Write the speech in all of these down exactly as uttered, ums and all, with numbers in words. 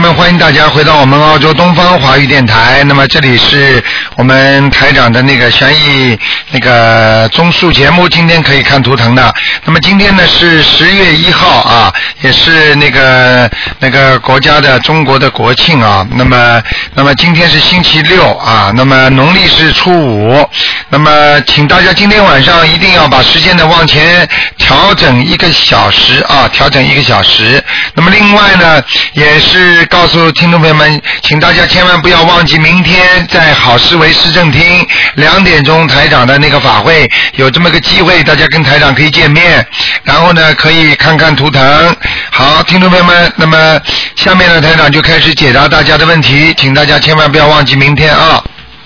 们，欢迎大家回到我们澳洲东方华语电台。那么这里是我们台长的那个悬疑那个综述节目，今天可以看图腾的。那么今天呢是十月一号啊，也是那个那个国家的中国的国庆啊。那么那么今天是星期六啊，那么农历是初五。那么请大家今天晚上一定要把时间呢往前调整一个小时啊，调整一个小时。那么另外呢也是告诉听众朋友们，请大家千万不要忘记明天在好思维市政厅两点钟台长的那个法会，有这么个机会，大家跟台长可以见面，然后呢可以看看图腾。好，听众朋友们，那么下面呢台长就开始解答大家的问题，请大家千万不要忘记明天啊。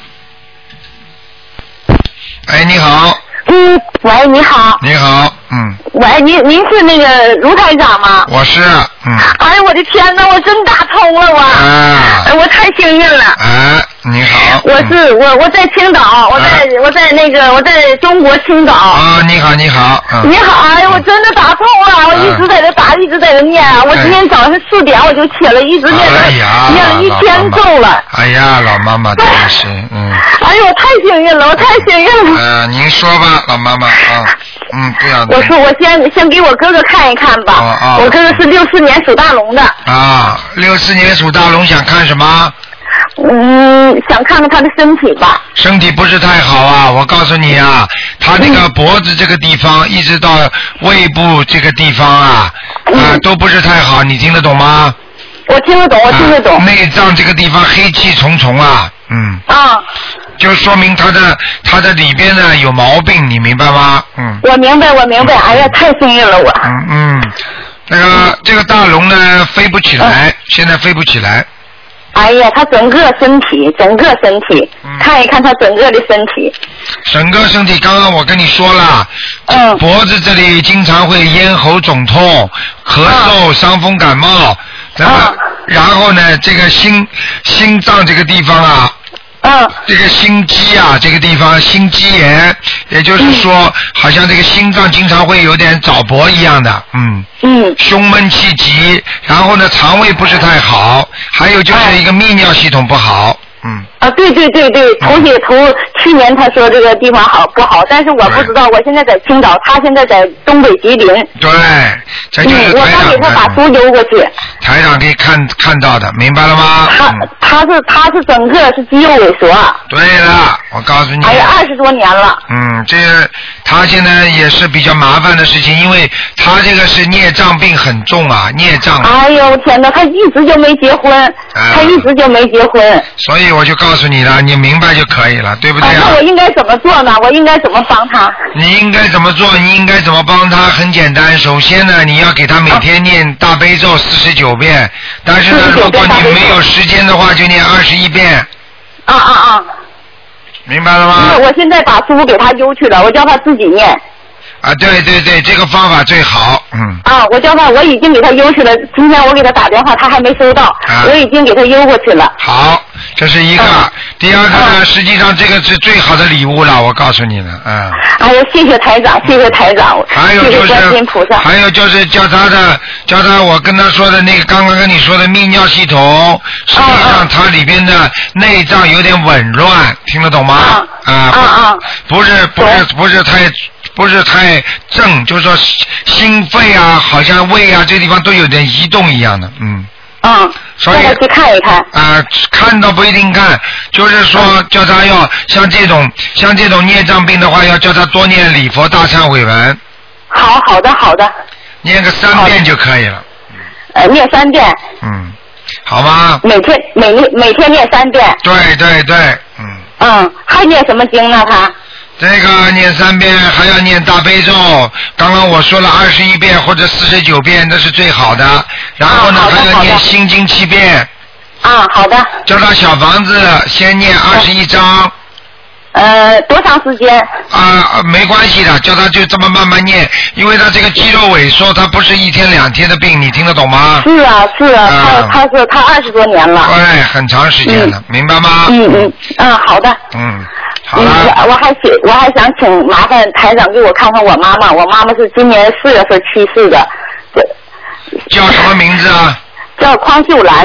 哎，你好。 嗯，喂，你好。 你好，嗯。 喂，您您是那个卢台长吗？ 我是，嗯。 哎呀，我的天哪，我真打通了我。啊。哎，我太幸运了。 哎，你好。 我是、嗯、我我在青岛，我在、啊、我在那个我在中国青岛。 啊，你好，你好。嗯、 你好，哎呀，我真的打通了，我一直在这打，啊、一直在这念。我今天早上四点我就起来，一直念了、哎、念了一天咒了。 哎呀，老妈妈真是，嗯。 哎呦，我太幸运了，我太幸运了。 呃，您说吧，老妈妈啊，嗯，不要。 我说我先先给我哥哥看一看吧。哦哦、我哥哥是六四年属大龙的。 啊，六四年属大龙，想看什么？ 嗯，想看看他的身体吧。 身体不是太好啊，我告诉你啊，他这个脖子这个地方、嗯、一直到胃部这个地方啊，啊、嗯、都不是太好，你听得懂吗？ 我听得懂，我听得懂。 啊、内脏这个地方黑气重重啊，嗯。啊。就说明他的他的里边呢有毛病，你明白吗？嗯。 我明白，我明白。哎呀，太幸运了我。 嗯嗯，那个、嗯、这个大龙呢飞不起来、嗯，现在飞不起来。 哎呀，他整个身体，整个身体，嗯、看一看他整个的身体。 整个身体，刚刚我跟你说了，嗯，脖子这里经常会咽喉肿痛、咳嗽、伤风感冒，那么、嗯、然后呢，这个心心脏这个地方啊。 嗯， 这个心肌啊，这个地方心肌炎，也就是说、嗯，好像这个心脏经常会有点早搏一样的，嗯， 嗯， 胸闷气急，然后呢，肠胃不是太好，还有就是一个泌尿系统不好，嗯。 啊，对对对对，头些头去年他说这个地方好不好，但是我不知道，我现在在青岛，他现在在东北吉林。 对，这就是台长的。 嗯，我刚给他把书邮过去。 台长可以看看到的，明白了吗？ 他他是他是整个是肌肉萎缩。 对了，我告诉你。 哎呀，二十多年了。 嗯，这个他现在也是比较麻烦的事情，因为他这个是孽障病很重啊，孽障。 哎呦天哪，他一直就没结婚，啊、他一直就没结婚。 所以我就告诉你了，你明白就可以了，对不对啊？ 啊那我应该怎么做呢？我应该怎么帮他？ 你应该怎么做？你应该怎么帮他？很简单，首先呢，你要给他每天念大悲咒四十九遍，但是呢，如果你没有时间的话，就念二十一遍。 啊啊啊！ 明白了吗？ 我现在把书给他邮去了，我叫他自己念。 啊，对对对，这个方法最好，嗯。 啊，我叫他，我已经给他邮去了。今天我给他打电话，他还没收到，啊、我已经给他邮过去了。 好，这是一个。啊、第二个呢、啊，实际上这个是最好的礼物了，我告诉你了，啊。 哎呦，谢谢台长，谢谢台长， 还有就是， 谢谢观世音菩萨。 还有就是叫他的，叫他我跟他说的那个，刚刚跟你说的泌尿系统，实际上它里边的内脏有点紊乱，听得懂吗？ 啊啊啊！ 不是不是不是太。不是太正，就是说心肺啊，好像胃啊，这地方都有点移动一样的，嗯。 嗯。 所以去看一看。 啊、呃，看都不一定看，就是说叫他要像这种像这种孽障病的话，要叫他多念礼佛大忏悔文。 好好的好的。 念个三遍就可以了。 呃，念三遍。 嗯。好吗？ 每天每每天念三遍。 对对对，嗯。 嗯，还念什么经呢？他？ 这个念三遍，还要念大悲咒。刚刚我说了二十一遍或者四十九遍，那是最好的。然后呢， 啊、 还要念心经七遍。 啊，好的。 叫他小房子先念二十一章。 呃，多长时间？ 啊，没关系的，叫他就这么慢慢念，因为他这个肌肉萎缩，他不是一天两天的病，你听得懂吗？ 是啊，是啊，啊他他是他二十多年了。 对，很长时间了，嗯、明白吗？ 嗯嗯嗯，好的。 嗯。好嗯，我还想我还想请麻烦台长给我看看我妈妈，我妈妈是今年四月份去世的。 叫什么名字啊？ 叫匡秀兰。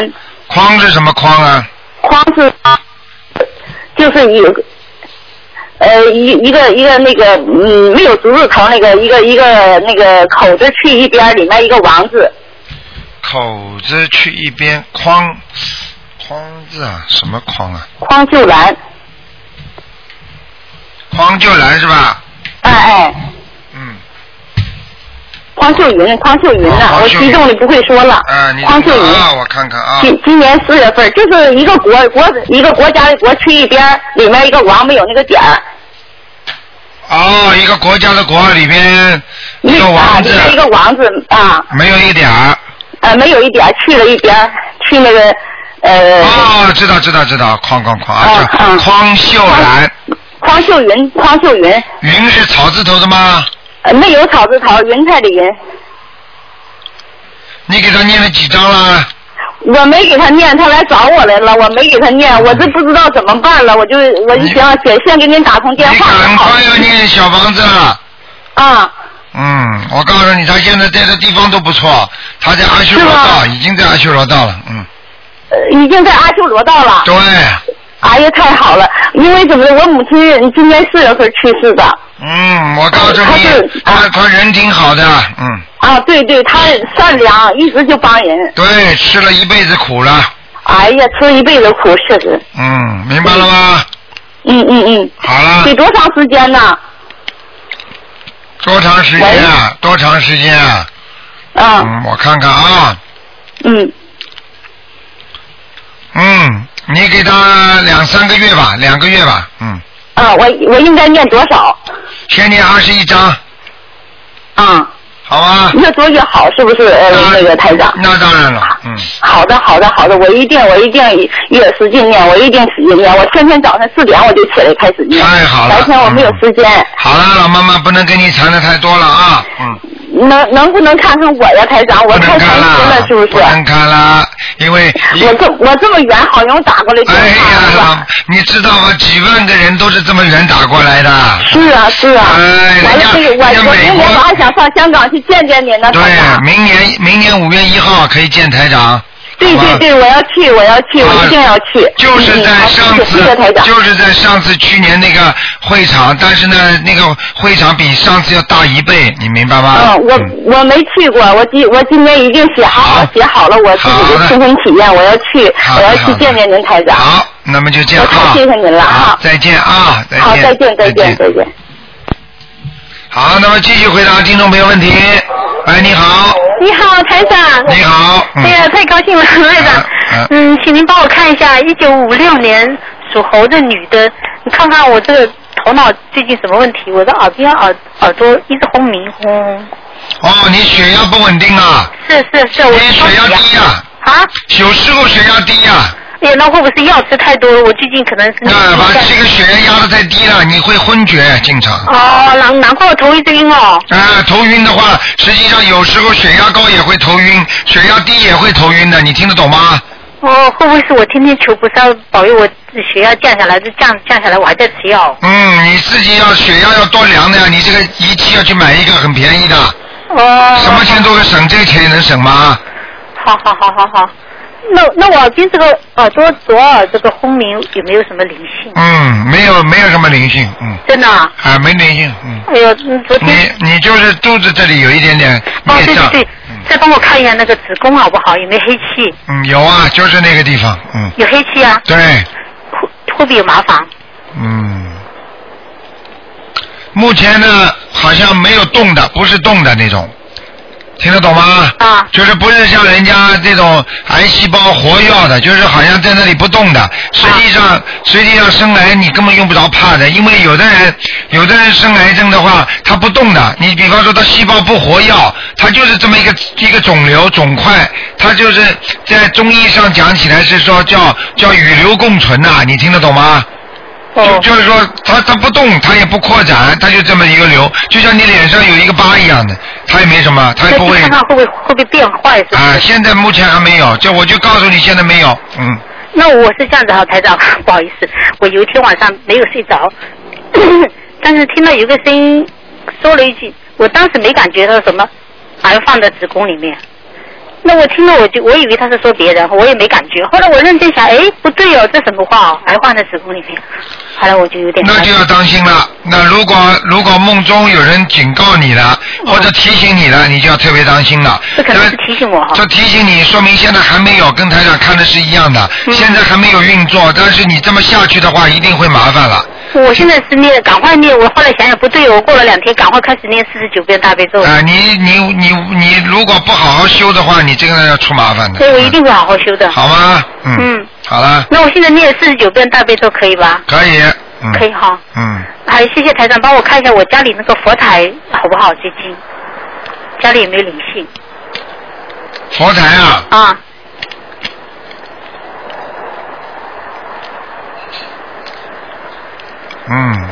框是什么框啊？ 框是就是一个呃一一个一个那个嗯没有竹字头那个一个一个那个口子去一边，里面一个王字。 口子去一边，框框字啊，什么框啊？ 匡秀兰。 匡秀兰是吧？ 哎哎。 嗯。 匡秀云，匡秀云呐、啊，我激动的不会说了。 啊，你匡秀云啊，我看看啊。 今今年四月份，就是一个国国一个国家的国去一边，里面一个王没有那个点儿。 哦，一个国家的国里边一个王字。 啊、一个王字啊。 没有一点儿。 呃，没有一点，去了一边，去那个呃。 哦，知道知道知道，匡匡匡啊，嗯、匡秀兰。 匡秀云，匡秀云。 云是草字头的吗？ 呃，没有草字头，云彩的云。 你给他念了几张了？ 我没给他念，他来找我来了，我没给他念，我这不知道怎么办了，我就我就想先先给您打通电话。 你赶快要念小房子了。 啊。 嗯，我告诉你，他现在在的地方都不错，他在阿修罗道，已经在阿修罗道了，嗯。 呃，已经在阿修罗道了。 对。 哎呀，太好了！因为怎么，我母亲今年四月份去世的。 嗯，我告诉你，他他人挺好的，嗯。 啊，对对，他善良，一直就帮人。 对，吃了一辈子苦了。 哎呀，吃了一辈子苦，确实。 嗯，明白了吗？ 嗯嗯嗯。 好了。 得多长时间呢？ 多长时间啊？多长时间啊？ 啊。 嗯，我看看啊。 嗯。 嗯，你给他两三个月吧，两个月吧，嗯。 啊，我我应该念多少？ 先念二十一章。 啊。 好吧。 越多越好，是不是？呃，那个台长。 那当然了，嗯。 好的，好的，好的，我一定，我一定越使劲念，我一定使劲念。我天天早上四点我就起来开始念。 太好了。 白天我没有时间。 嗯、好了，老妈妈不能跟你缠的太多了啊，嗯。 能能不能看看我呀，台长？我太伤心了，是不是？ 不能看了，因为我这我这么远，好容易打过来电话。 哎呀，你知道吗？几万个人都是这么远打过来的。 是啊，是啊。 哎， 完了，这个我我明年我还想上香港去见见您呢。 对，明年明年五月一号可以见台长。 对对对，我要去，我要去，我一定要去。 就是在上次，就是在上次去年那个会场，但是呢，那个会场比上次要大一倍，你明白吗？ 嗯，我我没去过，我今我今年已经写好好写好了我自己的亲身体验，我要去，我要去见见您台长。 好，那么就这样啊。 我太谢谢您了哈。 再见啊，再见。 好，再见，再见，再见。 好，那么继续回答听众朋友问题。哎，你好。 你好，台长。 你好。 哎呀，太高兴了，台长。嗯，请您帮我看一下，一九五六年属猴的女的，你看看我这个头脑最近什么问题？我的耳边耳耳朵一直轰鸣轰。 哦，你血压不稳定啊？ 是是是，我你血压低呀。 啊？ 有时候血压低呀。 哎呀，那会不会是药吃太多了？我最近可能是。 那把这个血压压得太低了，你会昏厥经常。 哦，难难怪我头一直晕哦。 啊，头晕的话，实际上有时候血压高也会头晕，血压低也会头晕的，你听得懂吗？ 哦，会不会是我天天求菩萨保佑我血压降下来，就降降下来，我还在吃药？ 嗯，你自己要血压要多量的呀，你这个仪器要去买一个很便宜的。 哦。 什么钱都会省，这个钱也能省吗？ 好好好好好。那那我耳边这个耳朵左耳这个轰鸣有没有什么灵性？ 嗯，没有没有什么灵性，嗯。 真的啊？ 啊，没灵性，嗯。 哎呦，昨天。 你你就是肚子这里有一点点孽障。 哦，对对对，嗯、再帮我看一下那个子宫好不好？有没有黑气？ 嗯，有啊，就是那个地方，嗯。 有黑气啊？ 对。 会会不会有麻烦？ 嗯。目前呢，好像没有动的，不是动的那种。听得懂吗？ 啊， 就是不是像人家这种癌细胞活跃的，就是好像在那里不动的。实际上，啊、实际上生癌你根本用不着怕的，因为有的人，有的人生癌症的话，他不动的。你比方说他细胞不活跃，他就是这么一个一个肿瘤肿块，他就是在中医上讲起来是说叫叫与瘤共存呐、啊，你听得懂吗？就就是说，它它不动，它也不扩展，它就这么一个瘤，就像你脸上有一个疤一样的，它也没什么，它也不会。 看看会不会会不会变坏？是吧？ 啊，现在目前还没有，就我就告诉你，现在没有，嗯。 那我是这样子哈，台长，不好意思，我有一天晚上没有睡着，但是听到有个声音说了一句，我当时没感觉到什么，癌放在子宫里面。 那我听了我就我以为他是说别人，我也没感觉。后来我认真想，哎，不对哦，这什么话哦？癌患的子宫里面。后来我就有点。 那就要当心了。那如果如果梦中有人警告你了，哦、或者提醒你了，你就要特别当心了。 这可能是提醒我哈。 这提醒你，说明现在还没有，跟台长看的是一样的。嗯、现在还没有运作，但是你这么下去的话，一定会麻烦了。 我现在是念，赶快念。我后来想想不对，我过了两天，赶快开始念四十九遍大悲咒。 啊、呃，你你你你如果不好好修的话，你这个人要出麻烦的。 对，我一定会好好修的。 好吗？嗯。 嗯。 好了。 那我现在念四十九遍大悲咒可以吧？ 可以。嗯、 可以哈。 嗯。 还谢谢台长帮我看一下我家里那个佛台好不好？最近家里有没有灵性？ 佛台啊。 啊。 嗯，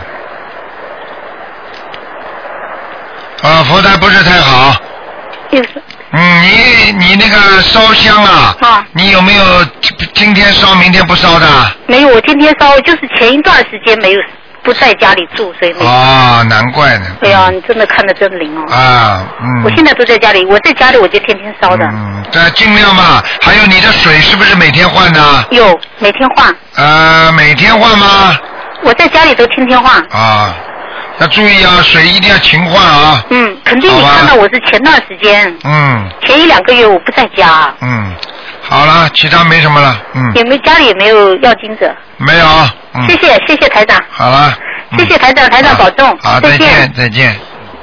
啊，佛台不是太好。 就是。 嗯，你你那个烧香啊？ 啊。 你有没有今天烧，明天不烧的？ 没有，我今天烧，就是前一段时间没有不在家里住，所以没有。 啊，难怪呢。 哎呀，你真的看得真灵哦。 啊，嗯。 我现在都在家里，我在家里我就天天烧的。 嗯，对，尽量嘛。还有你的水是不是每天换的？ 有，每天换。 呃，每天换吗？ 我在家里都天天换。 啊，要注意啊，水一定要勤换啊。 嗯，肯定你看到我是前段时间。 嗯。 前一两个月我不在家。 嗯，好了，其他没什么了。嗯。 有没有家里有没有要经者？ 没有。嗯。 谢谢谢谢台长。 好了。 嗯、谢谢台长，台长保重。 好， 再见再见。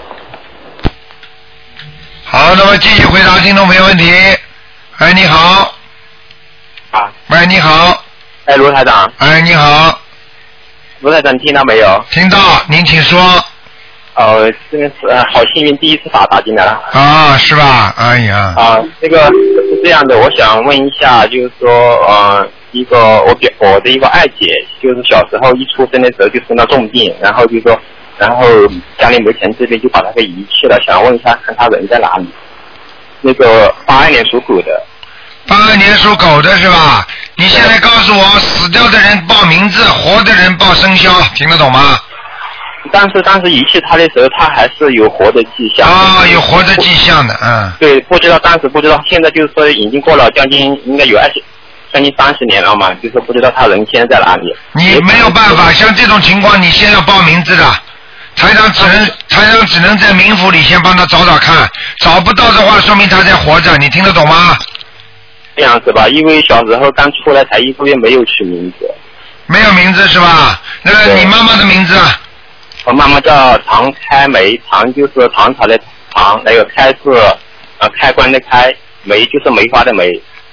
好，那么继续回答听众朋友问题。哎，你好。 啊。 喂，你好。 哎，卢台长。 哎，你好。 卢台长，听到没有？ 听到，您请说。 哦，真的是好幸运，第一次打打进来了。 啊，是吧？哎呀。 啊，那个是这样的，我想问一下，就是说，呃，一个我表我的一个二姐，就是小时候一出生的时候就生到重病，然后就说，然后家里没钱，这边就把她给遗弃了，想问一下，看她人在哪里？那个八二年属狗的。 八二年属狗的是吧？你现在告诉我，死掉的人报名字，活的人报生肖，听得懂吗？ 但是当时遗弃他的时候，他还是有活的迹象。 啊、哦，有活的迹象的，嗯。 对，不知道当时不知道，现在就是说已经过了将近应该有二十，将近三十年了嘛，就是不知道他人现在在哪里。 你没有办法，像这种情况，你先要报名字的。台长只能，台长只能在冥府里先帮他找找看，找不到的话，说明他在活着，你听得懂吗？ 这样子吧，因为小时候刚出来才一个月，没有取名字。 没有名字是吧？那个你妈妈的名字？ 我妈妈叫唐开梅，唐就是唐朝的唐，那个开是呃开关的开，梅就是梅花的梅。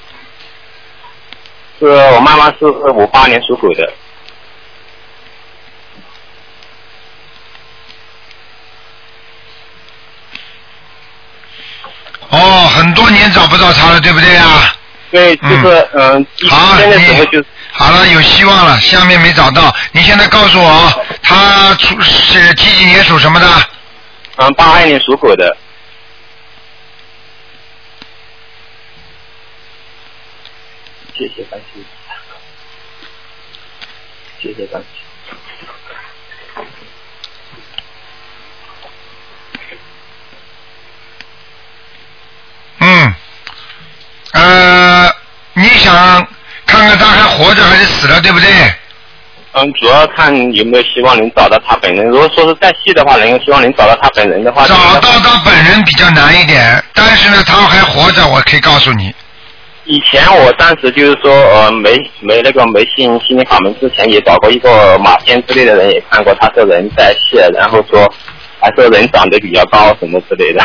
是我妈妈是五八年属狗的。 哦，很多年找不到他了，对不对啊？ 对，就是嗯， 好， 现在时候就好了，有希望了。下面没找到，你现在告诉我，他出是几几年属什么的？ 嗯，八二年属狗的。谢谢感谢，谢谢感谢。 嗯，呃，你想看看他还活着还是死了，对不对？ 嗯，主要看有没有希望能找到他本人。如果说是再细的话，能有希望能找到他本人的话， 找到他本人比较难一点，但是呢，他还活着，我可以告诉你。 以前我当时就是说，呃，没没那个没信心灵法门之前，也找过一个马仙之类的人，也看过，他说人在世，然后说还说人长得比较高什么之类的。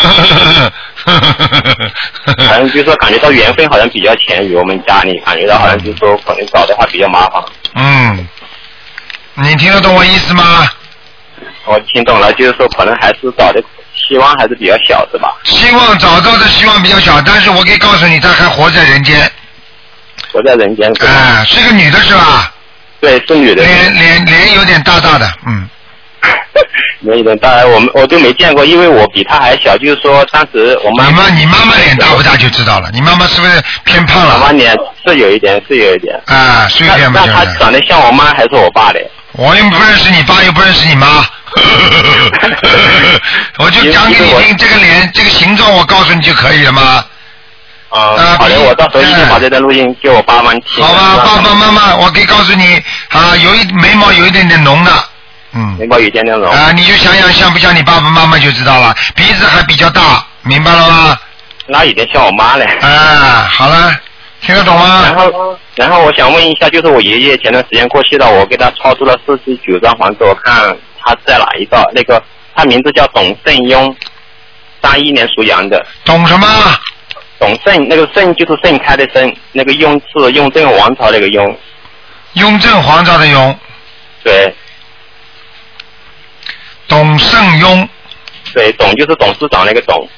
反正就是说感觉到缘分好像比较浅于我们家里，感觉到好像就是说可能找的话比较麻烦。 嗯，你听得懂我意思吗？ 我听懂了，就是说可能还是找的希望还是比较小，是吧？ 希望找到的希望比较小，但是我可以告诉你，他还活在人间。 活在人间。 哎、呃，是个女的是吧？ 对，是女的。 脸脸脸有点大大的，嗯。 没有点大，我们我都没见过，因为我比她还小，就是说当时我妈。 你妈你妈妈脸大不大就知道了，你妈妈是不是偏胖了？ 我妈脸是有一点，是有一点。 啊，是有点。 那那她长得像我妈还是我爸的？ 我又不认识你爸，又不认识你妈。我就讲给你听，这个脸这个形状，我告诉你就可以了吗？ 啊，好的，我到时候一定把这段录音给我爸妈听。 好吧，爸爸妈妈，我可以告诉你啊，有一眉毛有一点点浓的，嗯， 眉毛有一点点浓啊，你就想想像不像你爸爸妈妈就知道了，鼻子还比较大，明白了吗？ 那有点像我妈嘞。 啊，好了，听得懂吗？ 然后，然后我想问一下，就是我爷爷前段时间过世了，我给他超度了四十九张房子，我看他在哪一个？那个他名字叫董胜庸，三一年属羊的。 懂什么？ 董胜，那个胜就是盛开的胜，那个雍是雍正王朝那个雍。 雍正皇朝的雍。 对。 董胜庸。 对，董就是董事长那个董。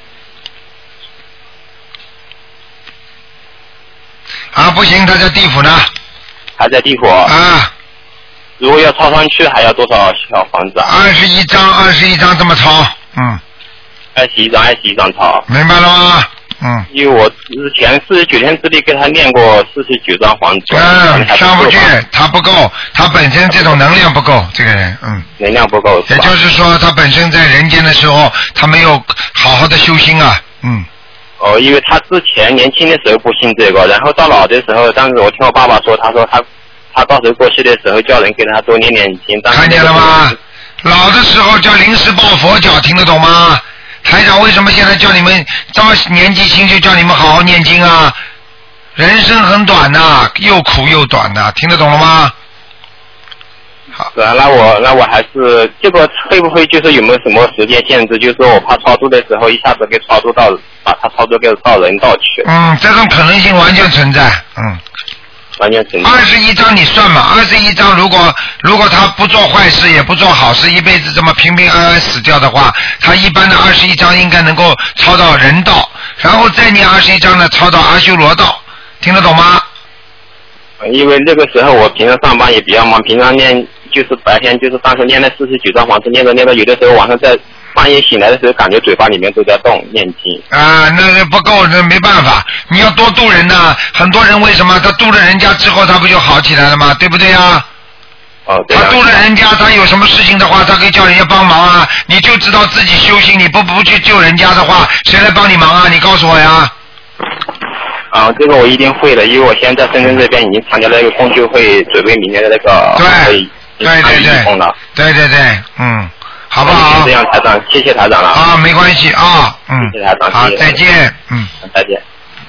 啊，不行，他在地府呢。 还在地府。 啊。 如果要抄上去，还要多少小房子啊？ 二十一张，二十一张这么抄，嗯。 二十一张，二十一张抄。 明白了吗？嗯。 因为我之前四十九天之内给他念过四十九张房子。 嗯，上不去，他不够，他本身这种能量不够，这个人，嗯。 能量不够。 也就是说，他本身在人间的时候，他没有好好的修心啊，嗯。 哦，因为他之前年轻的时候不信这个，然后到老的时候，当时我听我爸爸说，他说他他到时候过世的时候叫人给他多念念经。 看见了吗？老的时候叫临时抱佛脚，听得懂吗？台长为什么现在叫你们这么年纪轻就叫你们好好念经啊？人生很短呐、啊，又苦又短的、啊，听得懂了吗？ 好，是啊，那我那我还是这个会不会就是有没有什么时间限制？就是说我怕超度的时候一下子给超度到，把他超度给到人道去。 嗯，这种可能性完全存在，嗯。 完全存在。 二十一章你算嘛？二十一章如果如果他不做坏事也不做好事，一辈子这么平平安安死掉的话，他一般的二十一章应该能够超到人道，然后再念二十一章呢，超到阿修罗道，听得懂吗？ 因为那个时候我平常上班也比较忙，平常念就是白天就是当时念了四十九张房子，念着念着，有的时候晚上在半夜醒来的时候，感觉嘴巴里面都在动念经。 啊，那个不够，那没办法，你要多度人呐。很多人为什么他度了人家之后，他不就好起来了吗？对不对啊？ 哦，对啊。 他度了人家，他有什么事情的话，他可以叫人家帮忙啊。你就知道自己修行，你不不去救人家的话，谁来帮你忙啊？你告诉我呀。 啊，这个我一定会的，因为我现在在深圳这边已经参加了一个共修会，准备明年的那个对对对对对对对，嗯，好不好？ 这样台长，谢谢台长了。 啊，没关系啊，嗯， 谢谢台长， 好，再见，嗯， 再见。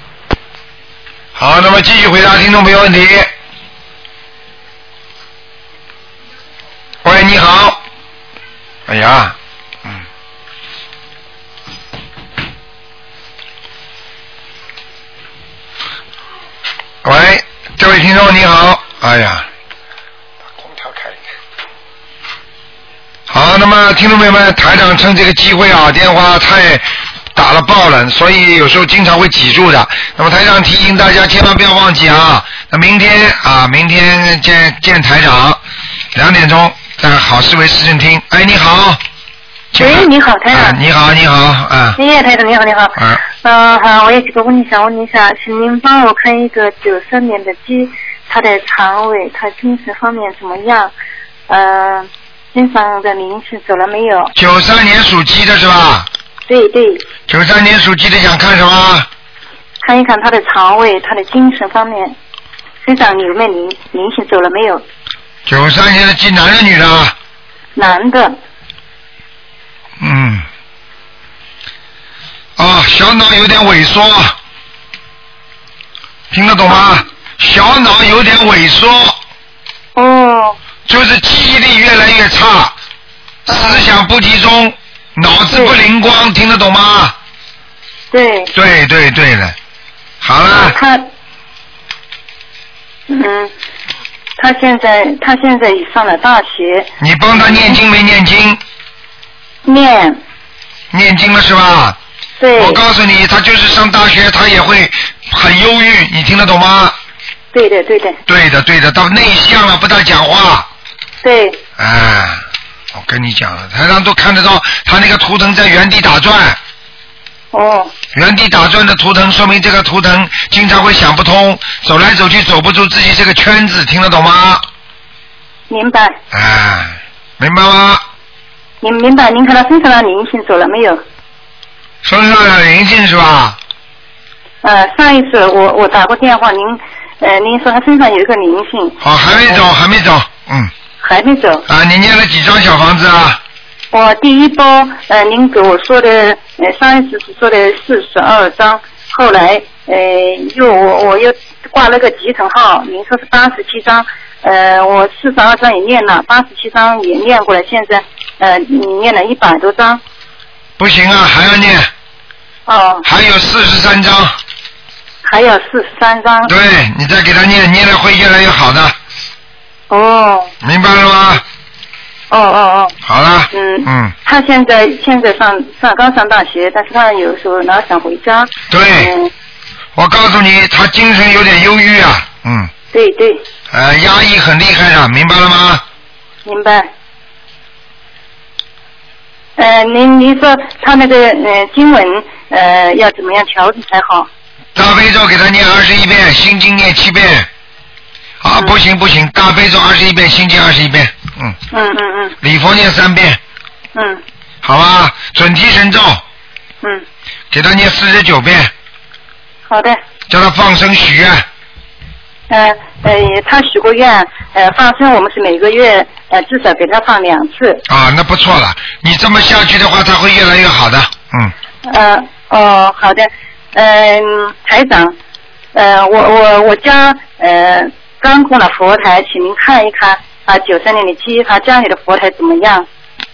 好，那么继续回答听众朋友问题。喂，你好。哎呀，嗯。喂，这位听众你好，哎呀，把空调开一开。好，那么听众朋友们，台长趁这个机会啊，电话太打了爆了，所以有时候经常会挤住的。那么台长提醒大家，千万不要忘记啊，那明天啊，明天见见台长，两点钟在好思维市政厅。哎，你好。 喂，你好，台长。 啊、你好，你好，啊。 哎，台长，你好，你好。嗯、啊。呃，好，我有几个问题想问您一下，请您帮我看一个九三年的鸡，它的肠胃，它精神方面怎么样？呃，身上的灵性走了没有？ 九三年属鸡的是吧？ 对对。 九三年属鸡的想看什么？ 看一看他的肠胃，他的精神方面，身上有没有灵灵性走了没有？ 九三年的鸡，男的女的？ 男的。 嗯。啊，小脑有点萎缩，听得懂吗？小脑有点萎缩。 哦。 就是记忆力越来越差，思想不集中，脑子不灵光，听得懂吗？ 对。 对对对了，好了。 他，嗯，他现在他现在上了大学。 你帮他念经没念经？ 念。 念经了是吧？ 对。 我告诉你，他就是上大学，他也会很忧郁，你听得懂吗？ 对的，对的。 对的，对的，到内向了，不大讲话。 对。 哎，我跟你讲了，台上都看得到，他那个图腾在原地打转。 哦。 原地打转的图腾，说明这个图腾经常会想不通，走来走去走不出自己这个圈子，听得懂吗？ 明白。 哎，明白吗？ 您明白？您看他身上的灵性走了没有？ 身上的灵性是吧？ 呃，上一次我我打过电话，您呃您说他身上有一个灵性。 好，还没走，还没走，嗯。 还没走。 啊，你念了几张小房子啊？ 我第一波呃您给我说的呃上一次是说的四十二张，后来呃又我我又挂了个急诊号，您说是八十七张。呃，我四十二张也念了，八十七张也念过了，现在呃你念了一百多张。 不行啊，还要念。 哦。 还有四十三张。 还有四十三张。 对，你再给他念，念了会越来越好的。 哦。明白了吗？ 哦哦哦。 好了。 嗯嗯。 他现在现在上上刚上大学，但是他有时候老想回家。 对。嗯、我告诉你，他精神有点忧郁啊。嗯。 对对。 呃，压抑很厉害的，明白了吗？ 明白。呃，您您说他那个呃经文呃要怎么样调整才好？ 大悲咒给他念二十一遍，心经念七遍。啊，嗯、不行不行，大悲咒二十一遍，心经二十一遍，嗯。 嗯嗯嗯。 礼佛念三遍。 嗯。 好吧，准提神咒。 嗯。 给他念四十九遍。 好的。 叫他放生许愿。 呃呃，他许过愿，呃，放生我们是每个月呃至少给他放两次。 啊，那不错了。你这么下去的话，他会越来越好的。嗯。 呃哦，好的。嗯、呃，台长，呃，我我我家呃刚供了佛台，请您看一看啊，九三年的鸡，他家里的佛台怎么样？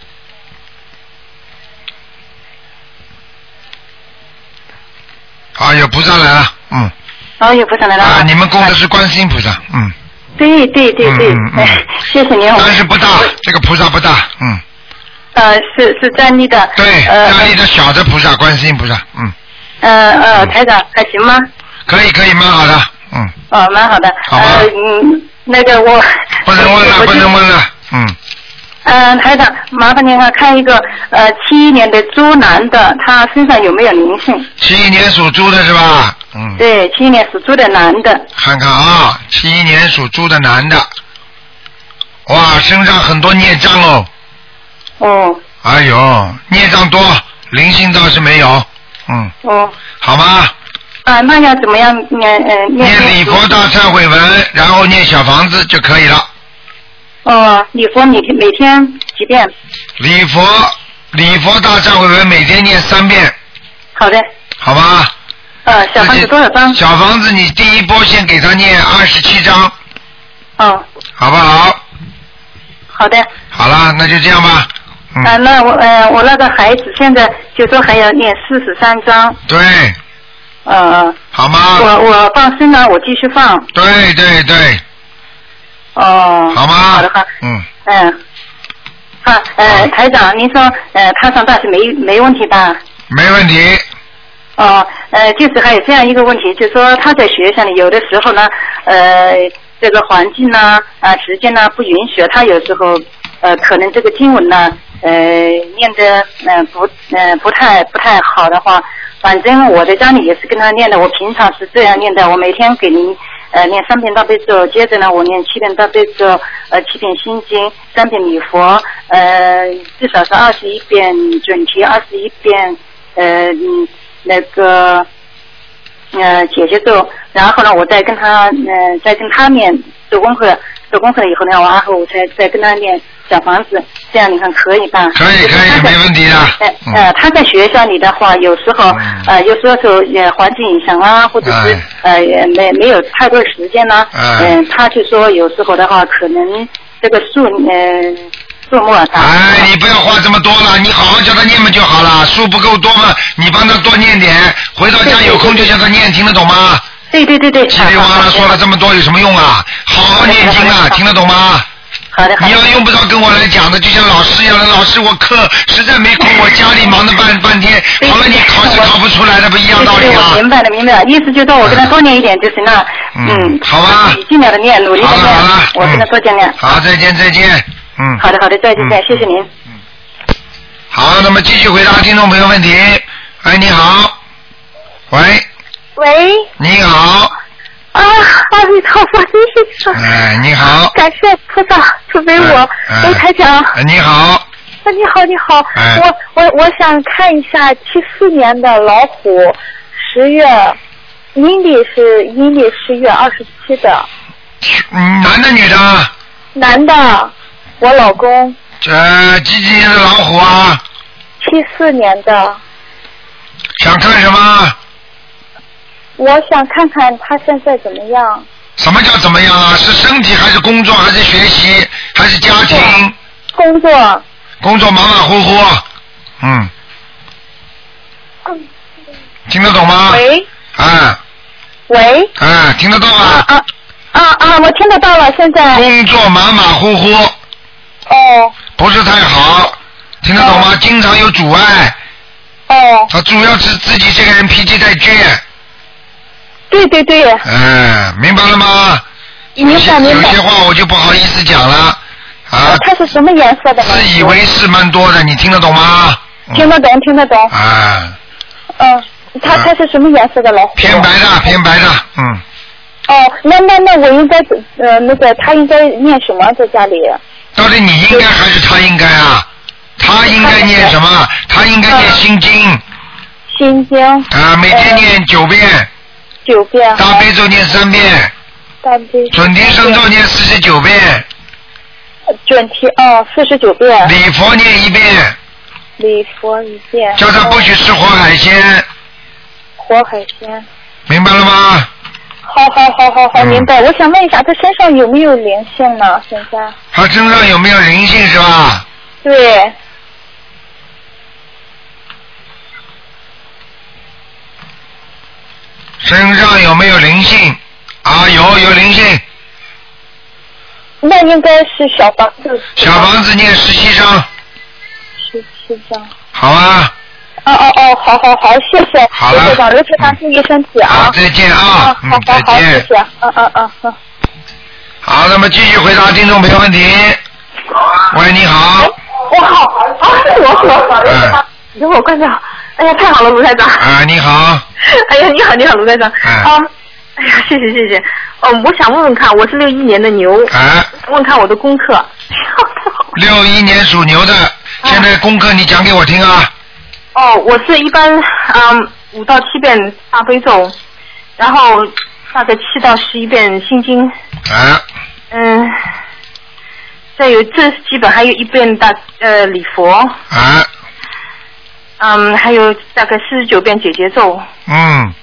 啊，有菩萨来了，嗯。 哦，有菩萨来了。 啊，你们供的是观世音菩萨，嗯。 对对对对， 嗯嗯嗯、 谢谢您。 但是不大，这个菩萨不大，嗯。 呃，是是站立的。 对， 呃、 站立的小的菩萨，观世音菩萨，嗯。 呃呃，台长还行吗？ 可以可以，蛮好的，嗯。 哦，蛮好的。 好吧。 呃嗯，那个我。 不能问了，不能问了，嗯。 嗯、呃，台长，麻烦您看一个呃七一年的猪男的，他身上有没有灵性？ 七一年属猪的是吧？嗯。 对，七一年属猪的男的。 看看啊，七一年属猪的男的，哇，身上很多孽障哦。 哦。 哎呦，孽障多，灵性倒是没有，嗯。 哦。 好吗？ 啊，那要怎么样念呃念？ 念礼佛大忏悔文，然后念小房子就可以了。 哦，礼佛每天每天几遍？ 礼佛礼佛大忏悔文每天念三遍。 好的。 好吧。 呃，小房子多少张？ 小房子你第一波先给他念二十七张。 哦。 好不好？ 好的。 好了，那就这样吧。 嗯。啊，那我呃我那个孩子现在就说还要念四十三章。 对。 呃。 好吗？ 我我放生了，我继续放。 对对对。 哦。 好吗？ 好的好。 嗯。 嗯。好，呃，台长，您说呃他上大学没没问题吧？ 没问题。 哦，呃，就是还有这样一个问题，就是说他在学校里有的时候呢，呃，这个环境呢，啊、呃，时间呢不允许，他有时候呃可能这个经文呢，呃念的呃不呃不太不太好的话，反正我在家里也是跟他念的，我平常是这样念的，我每天给您呃念三遍大悲咒，接着呢我念七遍大悲咒，呃七遍心经，三遍礼佛，呃至少是二十一遍准提，二十一遍呃嗯。那个呃姐姐咒，然后呢，我再跟他呃再跟他念做功课，做功课以后呢，然后我才再跟他念小房子，这样你看可以吧？ 可以可以，没问题的。 呃、嗯、呃，他在学校里的话，有时候、嗯、呃有时候受呃环境影响啊，或者是、哎、呃没没有太多时间呢、啊，嗯、呃，他就说有时候的话，可能这个数呃。 哎，你不要话这么多了，你好好叫他念嘛就好了。书不够多嘛，你帮他多念点，回到家有空就叫他念，听得懂吗？ 对对对对。 叽里哇啦说了这么多有什么用啊？好好念经啊，听得懂吗？ 好的好的。 你要用不着跟我来讲的，就像老师一样的，老师我课实在没空，我家里忙的半半天，好了你考试考不出来的不一样道理啊。 明白了明白了，意思就是说我跟他多念一点就行了。 嗯，好吧。 尽量的念，努力的念。 好了好了， 我跟他多讲讲。 好，再见再见。嗯， 好的好的，再见再见，谢谢您。 嗯，好，那么继续回答听众朋友问题。哎，你好，喂。 喂。 你好。 啊，阿弥陀佛，真是。 哎，你好。 感谢菩萨慈悲我，卢台长。 哎，你好。 啊，你好你好， 哎、 我我我想看一下七四年的老虎，十月阴历是阴历十月二十七的。 嗯，男的女的？ 男的，我老公。 呃，几几年的老虎啊？ 七四年的。 想看什么？ 我想看看他现在怎么样。 什么叫怎么样啊？是身体还是工作还是学习还是家庭？ 工作。 工作马马虎虎。嗯。听得懂吗？ 喂。 啊。 喂。 啊，听得到吗？ 啊啊啊啊！我听得到了，现在。 工作马马虎虎。 哦。 不是太好，听得懂吗？哦、经常有阻碍。 哦。 他主要是自己这个人脾气太倔。 对对对。 嗯，明白了吗？ 明白明白。 有些话我就不好意思讲了。啊。 它是什么颜色的？ 自以为是蛮多的，你听得懂吗？ 听得懂，听得懂。 啊。 嗯，它它是什么颜色的老虎？ 偏白的，偏白的，嗯。 哦，那那那我应该呃那个他应该念什么在家里？ 到底你应该还是他应该啊？他应该念什么？他应该念心经。 心经。 啊，每天念九遍。 九遍。 大悲咒念三遍。 大悲。 准提神咒念四十九遍。 准提哦，四十九遍。 礼佛念一遍。 礼佛一遍。 叫他不许吃活海鲜。 活海鲜。 明白了吗？ 好好好好好，明白。我想问一下，他身上有没有灵性呢？现在？ 他身上有没有灵性是吧？ 对。 身上有没有灵性？啊，有有灵性。 那应该是小房子。 小房子念十七章。 十七章。 好啊。 哦哦哦，好好好，谢谢。 好了。 谢谢长，刘台长，注意身体啊。 好，再见啊。 啊，好好好，谢谢。嗯嗯嗯嗯。 好，那么继续回答听众朋友问题。喂，你好。 我好啊，是我是我。 嗯。 你给我关掉。哎呀，太好了，卢台长。 啊，你好。 哎呀，你好，你好，卢台长。啊。哎呀，谢谢谢谢。嗯，我想问问看，我是六一年的牛。 啊。 问看我的功课。 六一年属牛的，现在功课你讲给我听啊。 哦，我是一般嗯五到七遍大悲咒，然后大概七到十一遍心经。 啊。 嗯。再有这基本还有一遍大呃礼佛。 啊。 嗯，还有大概四十九遍解结咒。 嗯。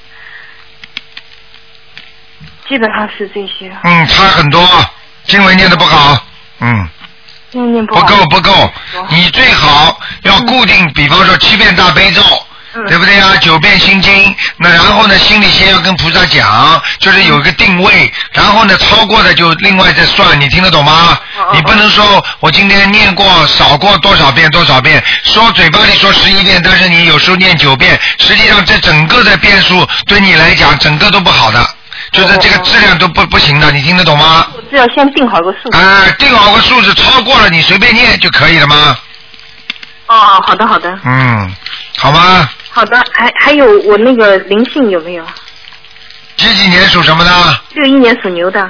基本上是这些。 嗯，差很多，经文念得不好，嗯。 念念不好。不够不够，你最好要固定，嗯、比方说七遍大悲咒。嗯、对不对啊？九遍心经，那然后呢，心里先要跟菩萨讲，就是有一个定位，然后呢，超过的就另外再算，你听得懂吗？哦、你不能说我今天念过少过多少遍多少遍，说嘴巴里说十一遍，但是你有时候念九遍，实际上这整个的遍数对你来讲，整个都不好的，就是这个质量都不不行的，你听得懂吗？ 我只要先定好个数。 啊、呃，定好个数字，超过了你随便念就可以了吗？ 哦，好的好的。 嗯，好吗？ 好的，还还有我那个灵性有没有？ 几几年属什么的？ 六一年属牛的。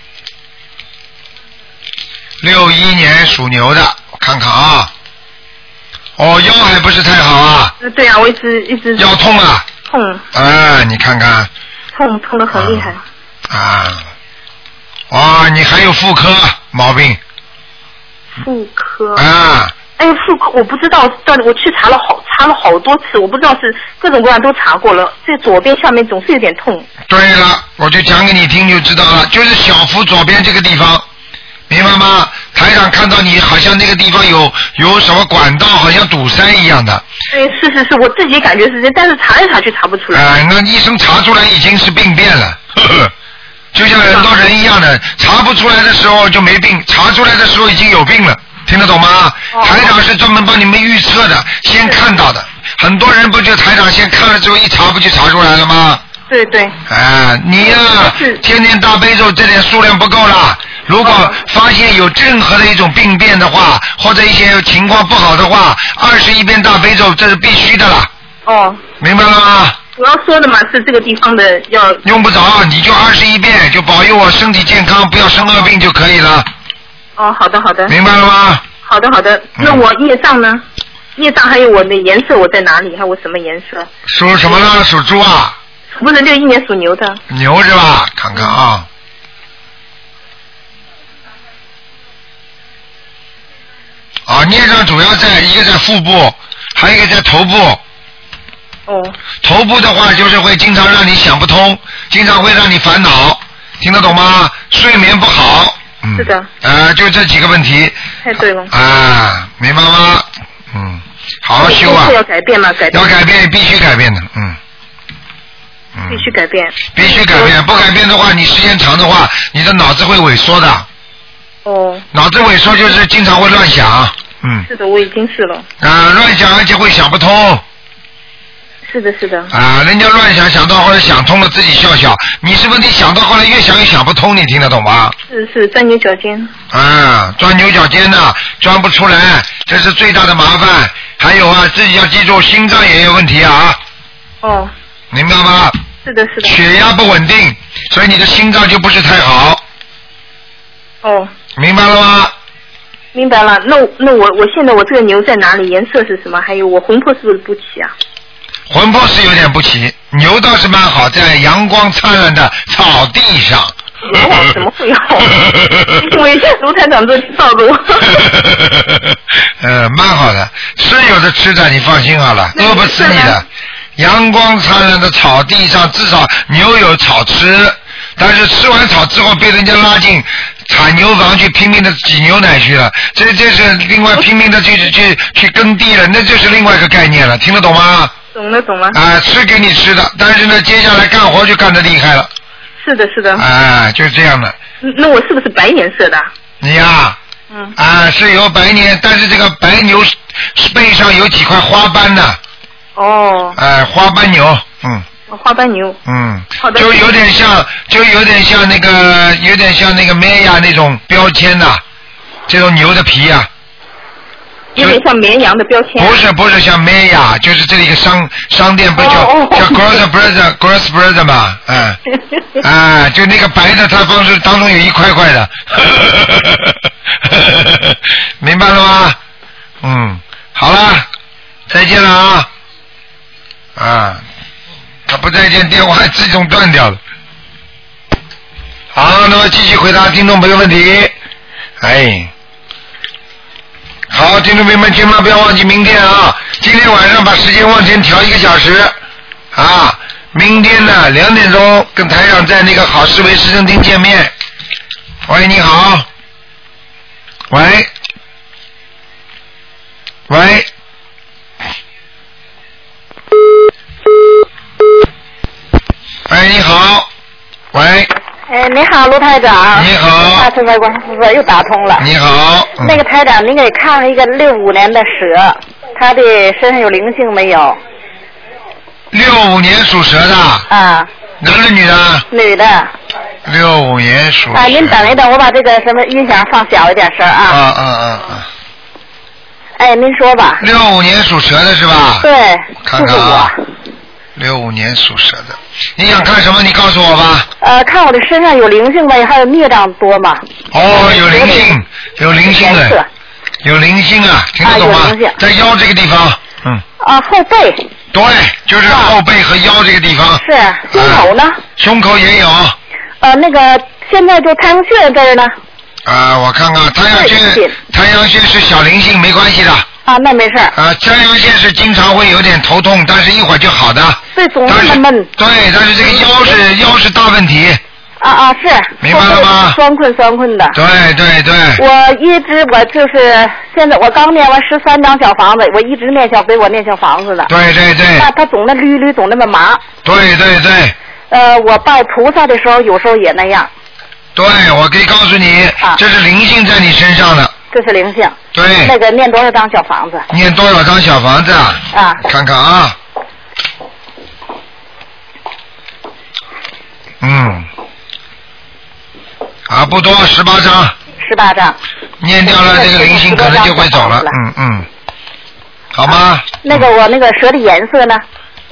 六一年属牛的，我看看啊。哦，腰还不是太好啊。 对啊，我一直一直。 腰痛啊。 痛。 啊，你看看。 痛痛得很厉害。 啊。哇，你还有妇科毛病。 妇科。 啊。 哎，妇科我不知道，到底我去查了好查了好多次，我不知道是各种各样都查过了，这左边下面总是有点痛。 对了，我就讲给你听就知道了，就是小腹左边这个地方，明白吗？台长看到你好像那个地方有有什么管道，好像堵塞一样的。 对，是是是，我自己感觉是这，但是查来查去查不出来。 哎、呃，那医生查出来已经是病变了，呵呵，就像很多人一样的，查不出来的时候就没病，查出来的时候已经有病了。听得懂吗？哦、台长是专门帮你们预测的，先看到的。很多人不就台长先看了之后一查不就查出来了吗？ 对对。 哎、呃，你呀、啊，天天大悲咒这点数量不够了。如果发现有任何的一种病变的话，或者一些情况不好的话，二十一遍大悲咒这是必须的了。 哦。 明白了吗？ 我要说的嘛是这个地方的要。 用不着，你就二十一遍，就保佑我身体健康，不要生恶病就可以了。 哦，好的好的。 明白了吗？ 好的好的，那我业障呢？嗯、业障还有我的颜色，我在哪里？还有我什么颜色？ 属什么呢？属猪啊。 不是六一年属牛的。 牛是吧？看看啊。啊，孽障主要在一个在腹部，还有一个在头部。 哦。 头部的话，就是会经常让你想不通，经常会让你烦恼，听得懂吗？睡眠不好。嗯。 是的。 呃，就这几个问题。 太对了。 啊，明白吗？嗯，好好修啊。 要改变吗？改变。 要改变，必须改变的，嗯。 嗯必须改变。 必须改变，不改变的话，你时间长的话，你的脑子会萎缩的。 哦。 脑子萎缩就是经常会乱想，嗯。 是的，我已经是了。 啊，乱想而且会想不通。 是的，是的。 啊，人家乱想想到后来想通了，自己笑笑。你是问题想到后来越想越想不通，你听得懂吗？ 是是，钻牛角尖。 啊，钻牛角尖的，钻不出来，这是最大的麻烦。还有啊，自己要记住，心脏也有问题啊。 哦。 明白吗？ 是的，是的。 血压不稳定，所以你的心脏就不是太好。 哦。 明白了吗？ 明白了。那那我我现在我这个牛在哪里？颜色是什么？还有我魂魄是不是不齐啊？ 魂魄是有点不齐，牛倒是蛮好，在阳光灿烂的草地上。 怎么会有？我一下卢台长都照着我。 呃，蛮好的，是有的吃的，你放心好了，饿不死你的。阳光灿烂的草地上，至少牛有草吃，但是吃完草之后被人家拉进产牛房去拼命的挤牛奶去了，这这是另外拼命的去去去耕地了，那就是另外一个概念了，听得懂吗？ 懂了懂了。 啊，吃给你吃的，但是呢，接下来干活就干得厉害了。 是的，是的。 啊，就是这样的。 那我是不是白颜色的？ 你呀、啊， 嗯。 啊，是有白年，但是这个白牛背上有几块花斑的。 哦。 哎、呃，花斑牛，嗯。 花斑牛。 嗯。 好的。 就有点像，就有点像那个，有点像那个梅亚那种标签呐、啊，这种牛的皮呀、啊。 有点像绵羊的标签。 不是不是像梅亚，就是这里一个商商店不是叫、哦哦、叫 Gross Brother Gross Brother 嘛，嗯，啊，就那个白的，它方是当中有一块块的，明白了吗？嗯，好了，再见了啊，啊，他不再见，电话自动断掉了。好，那么继续回答听众朋友问题，哎。好，听众朋友们，千万不要忘记明天啊！今天晚上把时间往前调一个小时啊！明天呢两点钟跟台长在那个好思维市政厅见面。喂，你好。喂。喂。喂，你好。喂。 哎，你好，卢台长。 你好。 大慈悲观世音又打通了。 你好。 嗯、那个台长，您给看了一个六五年的蛇，他的身上有灵性没有？ 六五年属蛇的。 啊。 男的女的？ 女的。 六五年属蛇。 啊，您等一等，我把这个什么音响放小一点声啊。 啊啊啊啊！ 哎，您说吧。 六五年属蛇的是吧？ 对。 看看啊。六五年属蛇的，你想看什么？你告诉我吧。 呃，看我的身上有灵性没？还有孽障多吗？ 哦，有灵性，有灵性的，有灵性啊，听得懂吗？ 啊、 在腰这个地方，嗯。 啊，后背。 对，就是后背和腰这个地方。 是，胸口呢？ 啊、胸口也有。 呃，那个现在就太阳穴这儿呢。 啊，我看看，太阳穴，太阳穴是小灵性，没关系的。 啊，那没事儿。 啊，太阳穴是经常会有点头痛，但是一会儿就好的。 对，总是闷闷。 对，但是这个腰是腰是大问题。 啊啊，是。 明白了吗？ 酸困酸困的。 对对对。 我一直我就是现在我刚念完十三张小房子，我一直念小给我念小房子的。 对对对。 那他总那捋捋总那么麻。 对对对。 呃，我拜菩萨的时候有时候也那样。 对，我可以告诉你，啊、这是灵性在你身上的。 这是灵性。 对。 那个念多少张小房子？ 念多少张小房子啊？ 啊。 看看啊。嗯。啊，不多，十八张。 十八张。 念掉了这个灵性，可能就会走了。嗯嗯。好吗？ 啊、那个我那个蛇的颜色呢？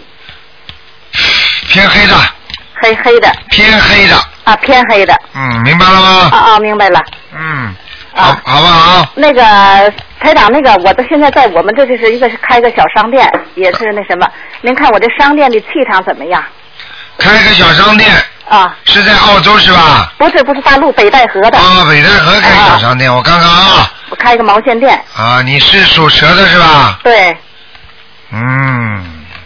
偏黑的。 黑黑的。 偏黑的。 啊，偏黑的。 嗯，明白了吗？ 啊啊，明白了。 嗯。好，啊、好不好？ 那个台长，那个我的现在在我们这就是一个是开个小商店，也是那什么。您看我这商店的气场怎么样？ 开个小商店。 啊。 是在澳洲是吧？ 不是，不是大陆北戴河的。 啊，北戴河开小商店，啊、我看看啊。 我开个毛线店。 啊，你是属蛇的是吧？ 对。 嗯。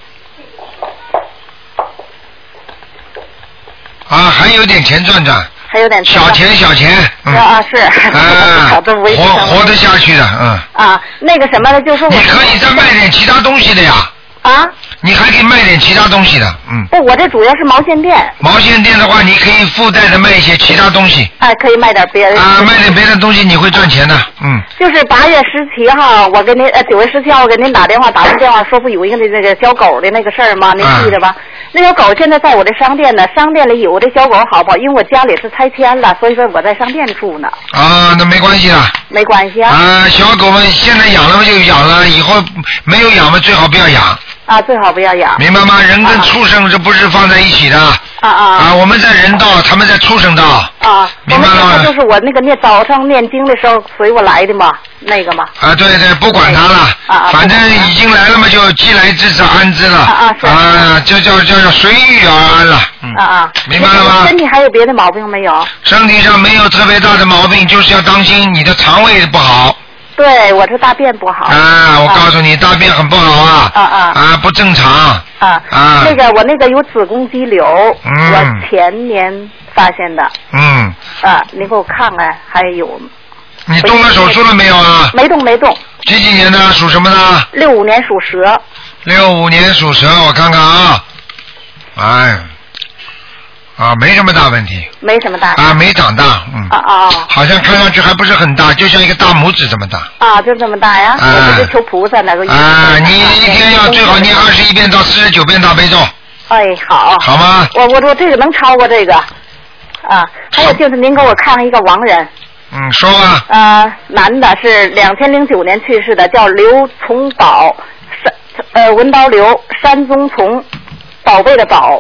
啊，还有点钱赚赚。 还有点钱。 小钱小钱。嗯、 啊是。 啊。活活得下去的，嗯。 啊，那个什么的，就是我。 你可以再卖点其他东西的呀。 啊。 你还可以卖点其他东西的，嗯。 不，我这主要是毛线店。 毛线店的话，你可以附带的卖一些其他东西。 哎，可以卖点别的。 啊，卖点别的东西你会赚钱的，嗯。 就是八月十七号，我给您呃九月十七号我给您打电话，打完电话说不有一个那个小狗的那个事儿吗？您记得吧？啊、那小狗现在在我这商店呢，商店里有这小狗好不好？因为我家里是拆迁了，所以说我在商店住呢。 啊，那没关系的。 没关系啊。 啊，小狗们现在养了就养了，以后没有养嘛最好不要养。 啊，最好不要养。 明白吗？人跟畜生这不是放在一起的。啊啊。 啊，我们在人道，他们在畜生道。 啊。 明白了吗？ 就是我那个念早上念经的时候随我来的嘛，那个嘛。 啊，对对，不管他了。啊。反正已经来了嘛，就既来之则安之了。 啊啊是。 啊，就叫叫叫随遇而安了。嗯。啊啊。明白了吗？ 身体还有别的毛病没有？ 身体上没有特别大的毛病，就是要当心你的肠胃不好。 对，我这大便不好。 啊，我告诉你，啊、大便很不好啊。啊啊。啊，不正常。 啊啊。那个，我那个有子宫肌瘤， 嗯、 我前年发现的。 嗯。 啊，你给我看看，还有。 你动了手术了没有啊？ 没动，没动。 几几年的？属什么的？ 六五年属蛇。 六五年属蛇，我看看啊。哎。啊，没什么大问题。 没什么大。 啊，没长大，嗯。 啊啊。 好像看上去还不是很大，就像一个大拇指这么大。 啊，就这么大呀！啊、我这求菩萨那个。 啊，你一天要最好念二十一遍到四十九遍大悲咒。 哎，好。 好吗？ 我我说这个能超过这个。啊，还有就是您给我看看一个亡人。 嗯，说吧。 呃，男的是两千零九年去世的，叫刘从宝，山呃文刀刘，山中从，宝贝的宝。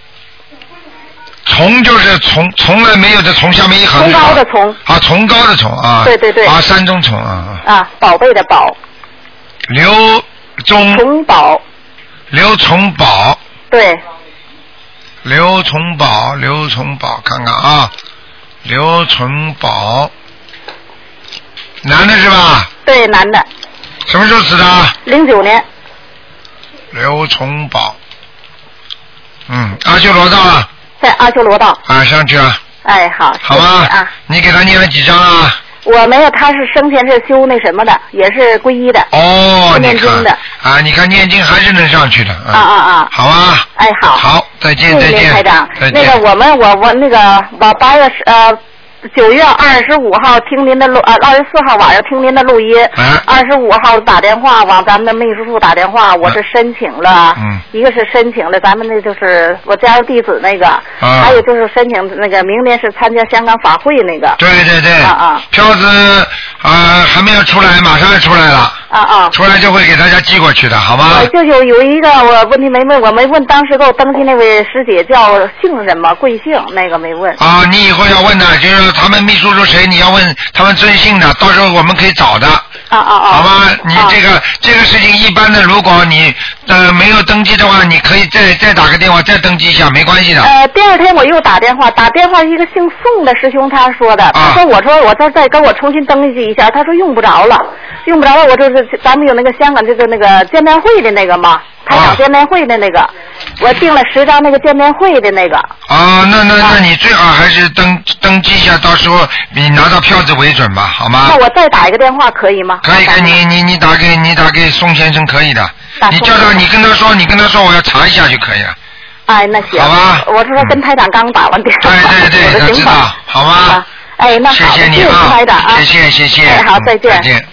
从就是从从来没有的从下面一横。 从高的从。 啊，从高的从啊。 对对对。 啊，山中从啊。 啊，宝贝的宝。 刘中。 从宝。 刘从宝。 对。 刘从宝，刘从宝，看看啊，刘从宝，男的是吧？ 对，男的。 什么时候死的？ 零九年。 刘从宝。嗯，阿修罗道了。 在阿修罗道。 啊，上去了。 哎，好。 好吧。 啊。 你给他念了几张啊？ 我没有，他是生前是修那什么的，也是皈依的。 哦， 念经的。 啊，你看念经还是能上去的。 啊啊啊！ 好啊。 哎，好。 好，再见再见。 台长， 再见。 那个我们我我那个我八月十呃。九月二十五号听您的录，呃，二十四号晚上听您的录音。二十五号打电话往咱们的秘书处打电话，我是申请了， 嗯， 一个是申请了咱们那就是我加入弟子那个， 啊， 还有就是申请那个明年是参加香港法会那个。 对对对。 啊啊。 票子啊还没有出来，马上要出来了。 啊啊。 出来就会给大家寄过去的，好吗？ 就有有一个我问题没问，我没问当时给我登记那位师姐叫姓什么贵姓那个没问。 啊，你以后要问的就是他们秘书处谁，你要问他们尊姓的，到时候我们可以找的。 啊啊啊！ 好吧，你这个、啊、这个事情一般的，如果你呃没有登记的话，你可以再再打个电话再登记一下，没关系的。 呃，第二天我又打电话，打电话一个姓宋的师兄他说的， 啊、 他说我说我这再跟我重新登记一下，他说用不着了，用不着了，我就是咱们有那个香港这个那个见面会的那个嘛。台长见面会的那个，啊、我订了十张那个见面会的那个。 啊，那那那你最好还是登登记一下，到时候你拿到票子为准吧，好吗？ 那我再打一个电话可以吗？ 可以，可以，你你你打给你打给宋先生可以的，你叫他，你跟他说，你跟他说我要查一下就可以了。 哎，那行。 好吧。 我是说跟台长刚打完电话。 对对对，他知道，好吗？ 啊、哎，那好， 谢谢你啊，台长啊， 谢谢谢谢。 哎，好，再见。 再见。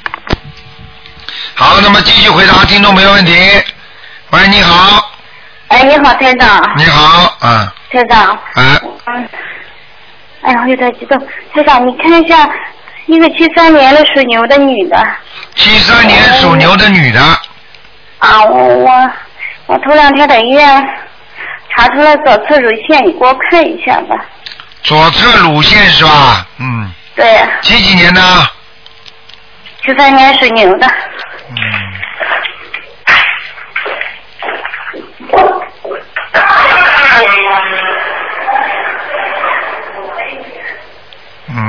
好，那么继续回答听众朋友问题。喂，你好。 哎，你好，台长。 你好，嗯。 台长。 哎。 嗯。哎呀，我有点激动。台长，你看一下，一个七三年的属牛的女的。 七三年属牛的女的。 啊，我我我头两天在医院查出来左侧乳腺，你给我看一下吧。 左侧乳腺是吧？嗯。 对。 几几年的？ 七三年属牛的。 嗯。 嗯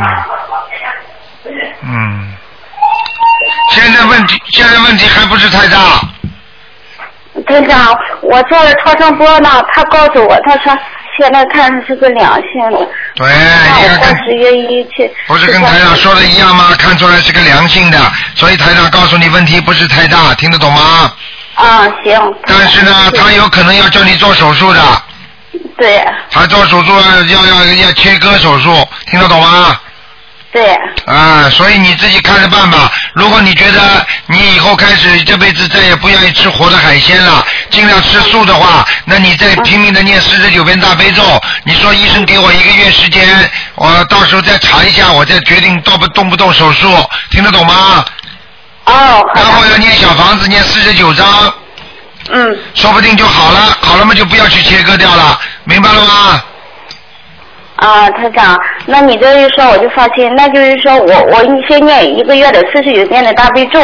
嗯，现在问题现在问题还不是太大。 台长，我做了超声波呢，他告诉我，他说现在看是个良性的。 对，你看看， 十月一去。 不是跟台长说的一样吗？看出来是个良性的，所以台长告诉你问题不是太大，听得懂吗？ 啊，行。 但是呢，他有可能要叫你做手术的。 对。 他做手术要要要切割手术，听得懂吗？ 对。 啊，所以你自己看着办吧。如果你觉得你以后开始这辈子再也不愿意吃活的海鲜了，尽量吃素的话，那你再拼命的念四十九遍大悲咒。你说医生给我一个月时间，我到时候再查一下，我再决定动不动不动手术，听得懂吗？ 哦。 然后要念小房子，念四十九章。 嗯。 说不定就好了，好了嘛就不要去切割掉了，明白了吗？ 啊，台长，那你这一说我就放心，那就是说我我先念一个月的四十九遍的大悲咒。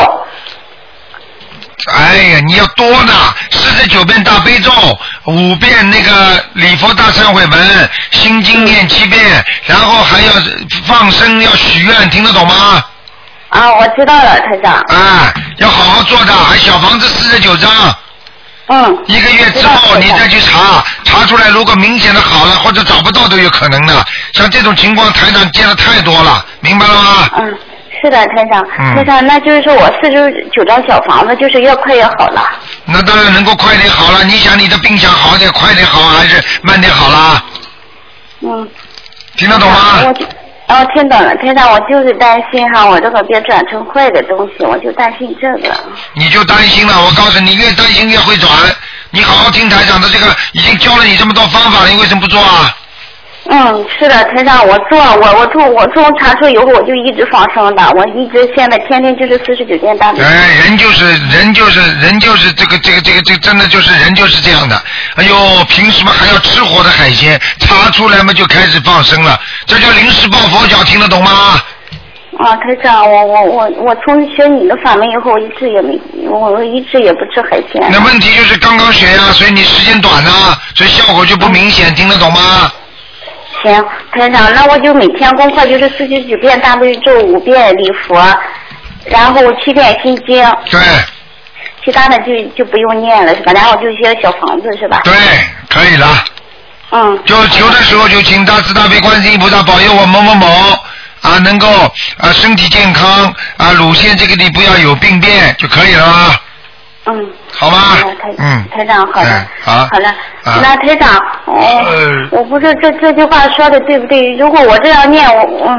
哎呀，你要多呢，四十九遍大悲咒，五遍那个礼佛大忏悔文，心经念七遍，然后还要放生，要许愿，听得懂吗？ 啊，我知道了，台长。 啊，要好好做的，还小房子四十九章。 嗯。 一个月之后你再去查，查出来如果明显的好了，或者找不到都有可能的。像这种情况，台长见的太多了，明白了吗？ 嗯，是的，台长。 嗯。 台长，那就是说我四十九张小房子，就是越快越好了。 那当然能够快点好了。你想你的病想好点，快点好还是慢点好啦？ 嗯。 听得懂吗？ 哦，听懂了，台长，我就是担心哈，我这个别转成坏的东西，我就担心这个。 你就担心了，我告诉你，越担心越会转。你好好听台长的这个，已经教了你这么多方法了，你为什么不做啊？ 嗯，是的，台长，我做，我我从我从查出以后，我就一直放生的，我一直现在天天就是四十九遍大悲咒。 哎，人就是人就是人就是这个这个这个这个真的就是人就是这样的。哎呦，凭什么还要吃活的海鲜？查出来嘛就开始放生了，这叫临时抱佛脚，听得懂吗？ 啊，台长，我我我我从学你的法门以后，我一直也没，我一直也不吃海鲜。 那问题就是刚刚学呀、啊，所以你时间短啊，所以效果就不明显，听得懂吗？ 行，台长，那我就每天功课就是四十九遍大悲咒，五遍礼佛，然后七遍心经。 对。 其他的就就不用念了是吧？然后就写小房子是吧？ 对，可以了。 嗯。 就求的时候就请大慈大悲观世音菩萨保佑我某某某啊能够啊身体健康啊乳腺这个地不要有病变就可以了吗？ 嗯。 好吧。 台嗯。 台长，好的。 嗯、好。 好了。 啊、 那台长，哦，呃、我不知道这这句话说的对不对？如果我这样念，我我。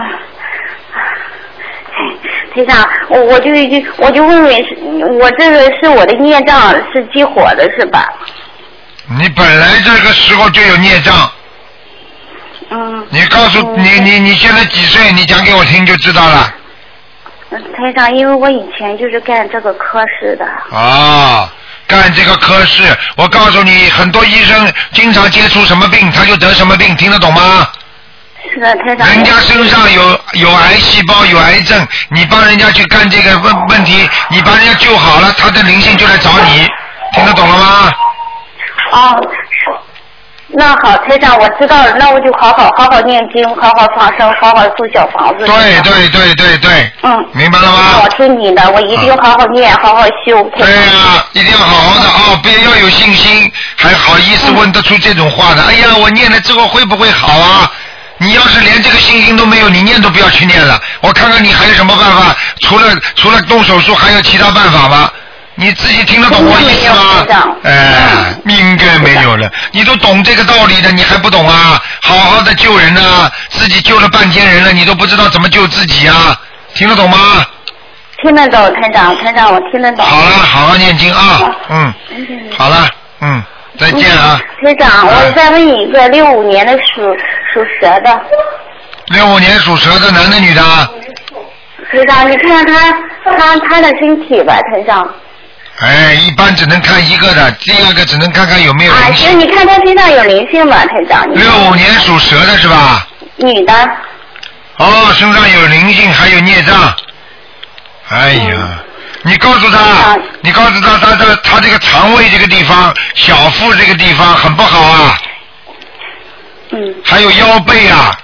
台长，我我就我就问问，我这个是我的孽障是激活的是吧？ 你本来这个时候就有孽障。 嗯。 你告诉、嗯、你你你现在几岁？你讲给我听就知道了。 台长，因为我以前就是干这个科室的。 啊，干这个科室，我告诉你，很多医生经常接触什么病，他就得什么病，听得懂吗？ 是的，台长。 人家身上有有癌细胞，有癌症，你帮人家去干这个问问题，你把人家救好了，他的灵性就来找你，听得懂了吗？ 哦。那好，台长，我知道了，那我就好好好好念经，好好放生，好好住小房子。 对对对对对。 嗯。 明白了吗？ 我听你的，我一定好好念，啊、好好修。 对呀、啊，一定要好好的啊、哦，别要有信心，还好意思问得出这种话的。嗯、哎呀，我念了之后会不会好啊？你要是连这个信心都没有，你念都不要去念了。我看看你还有什么办法，除了除了动手术，还有其他办法吗？你自己听得懂我意思吗？哎，应该没有了。你都懂这个道理的，你还不懂啊？好好的救人啊，自己救了半天人了，你都不知道怎么救自己啊？听得懂吗？ 听得懂，台长，台长，我听得懂。 好了，好好念经啊，嗯，好了，嗯，再见啊。 台长，我再问一个，六五年的属属蛇的。 六五年属蛇的，男的女的？ 台长，你看他他他的身体吧，台长。 哎，一般只能看一个的，第二个只能看看有没有灵性。 啊，行，你看他身上有灵性吗，台长？ 六五年属蛇的是吧？ 女的。 哦，身上有灵性，还有孽障。哎呀，嗯、你告诉他，你告诉他，他这他这个肠胃这个地方，小腹这个地方很不好啊。 嗯。 还有腰背啊，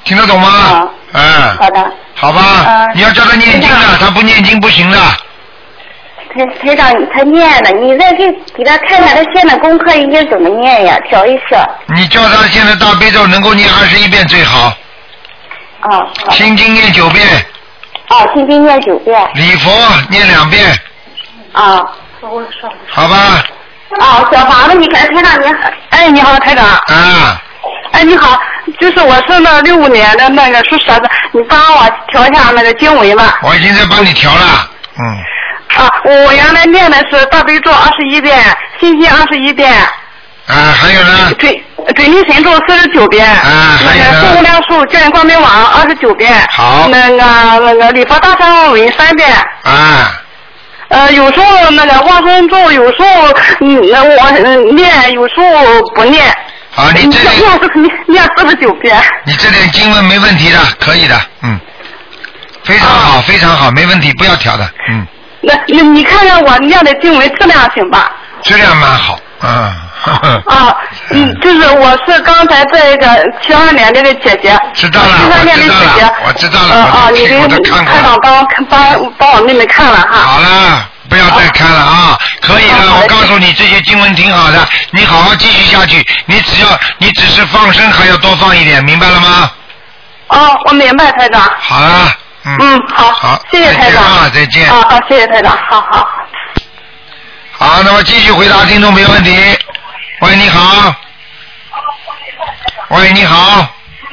听得懂吗？ 啊。 嗯。 好的。 好吧。 啊。 你要叫他念经的，他不念经不行的。 台台长，他念了，你再给给他看看他现在功课应该怎么念呀？调一调。 你叫他现在大悲咒能够念二十一遍最好。 啊。 心经念九遍。 啊，心经念九遍。 礼佛念两遍。 啊。 好吧。 啊，小房子，你看台长你好。 哎，你好，台长。 啊。 哎，你好，就是我是那六五年的那个属蛇的，你帮我调一下那个经文吧。 我已经在帮你调了，嗯。 啊，我原来念的是大悲咒二十一遍，心经二十一遍。 啊，还有呢？ 准准提神咒四十九遍。 啊，还有呢？ 那个圣无量寿见光明网二十九遍。 好。 那个那个礼佛大忏悔文三遍。 啊。 呃，有时候那个往生咒，有时候嗯，我念，有时候不念。 好，你这念是念念四十九遍。 你这点经文没问题的，可以的，嗯，非常好，非常好，没问题，不要调的，嗯。 那你你看看我念的经文质量行吧？ 质量蛮好，嗯。 啊，嗯，就是我是刚才这个七二年这个姐姐， 知道了， 七三年的姐姐， 我知道了， 啊，你给台长帮帮帮我妹妹看了哈。 好了，不要再看了啊，可以了，我告诉你，这些经文挺好的，你好好继续下去，你只要你只是放生还要多放一点，明白了吗？ 哦，我明白，台长。 好了，嗯。 嗯，好。 好， 谢谢台长。 啊，再见。 啊，好，谢谢台长，好好。 好，那么继续回答听众没问题。喂，你好。喂，你好。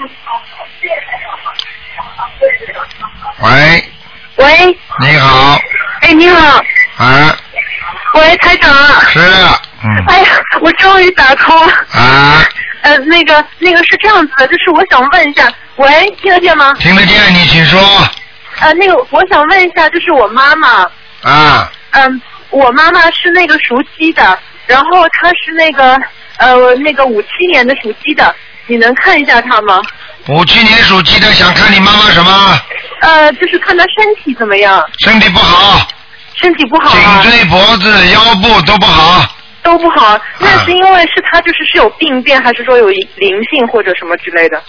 喂。 喂。 你好。 哎，你好。 啊。 喂，台长。 是。嗯。 哎呀，我终于打通了。 啊。 呃，那个，那个是这样子的，就是我想问一下，喂，听得见吗？ 听得见，你请说。 呃，那个，我想问一下，就是我妈妈。 啊。 嗯，我妈妈是那个属鸡的，然后她是那个呃那个五七年的属鸡的，你能看一下她吗？ 五七年属鸡的，想看你妈妈什么？ 呃，就是看她身体怎么样。 身体不好。 身体不好啊。 颈椎、脖子、腰部都不好。 都不好，那是因为是她就是是有病变，还是说有灵性或者什么之类的？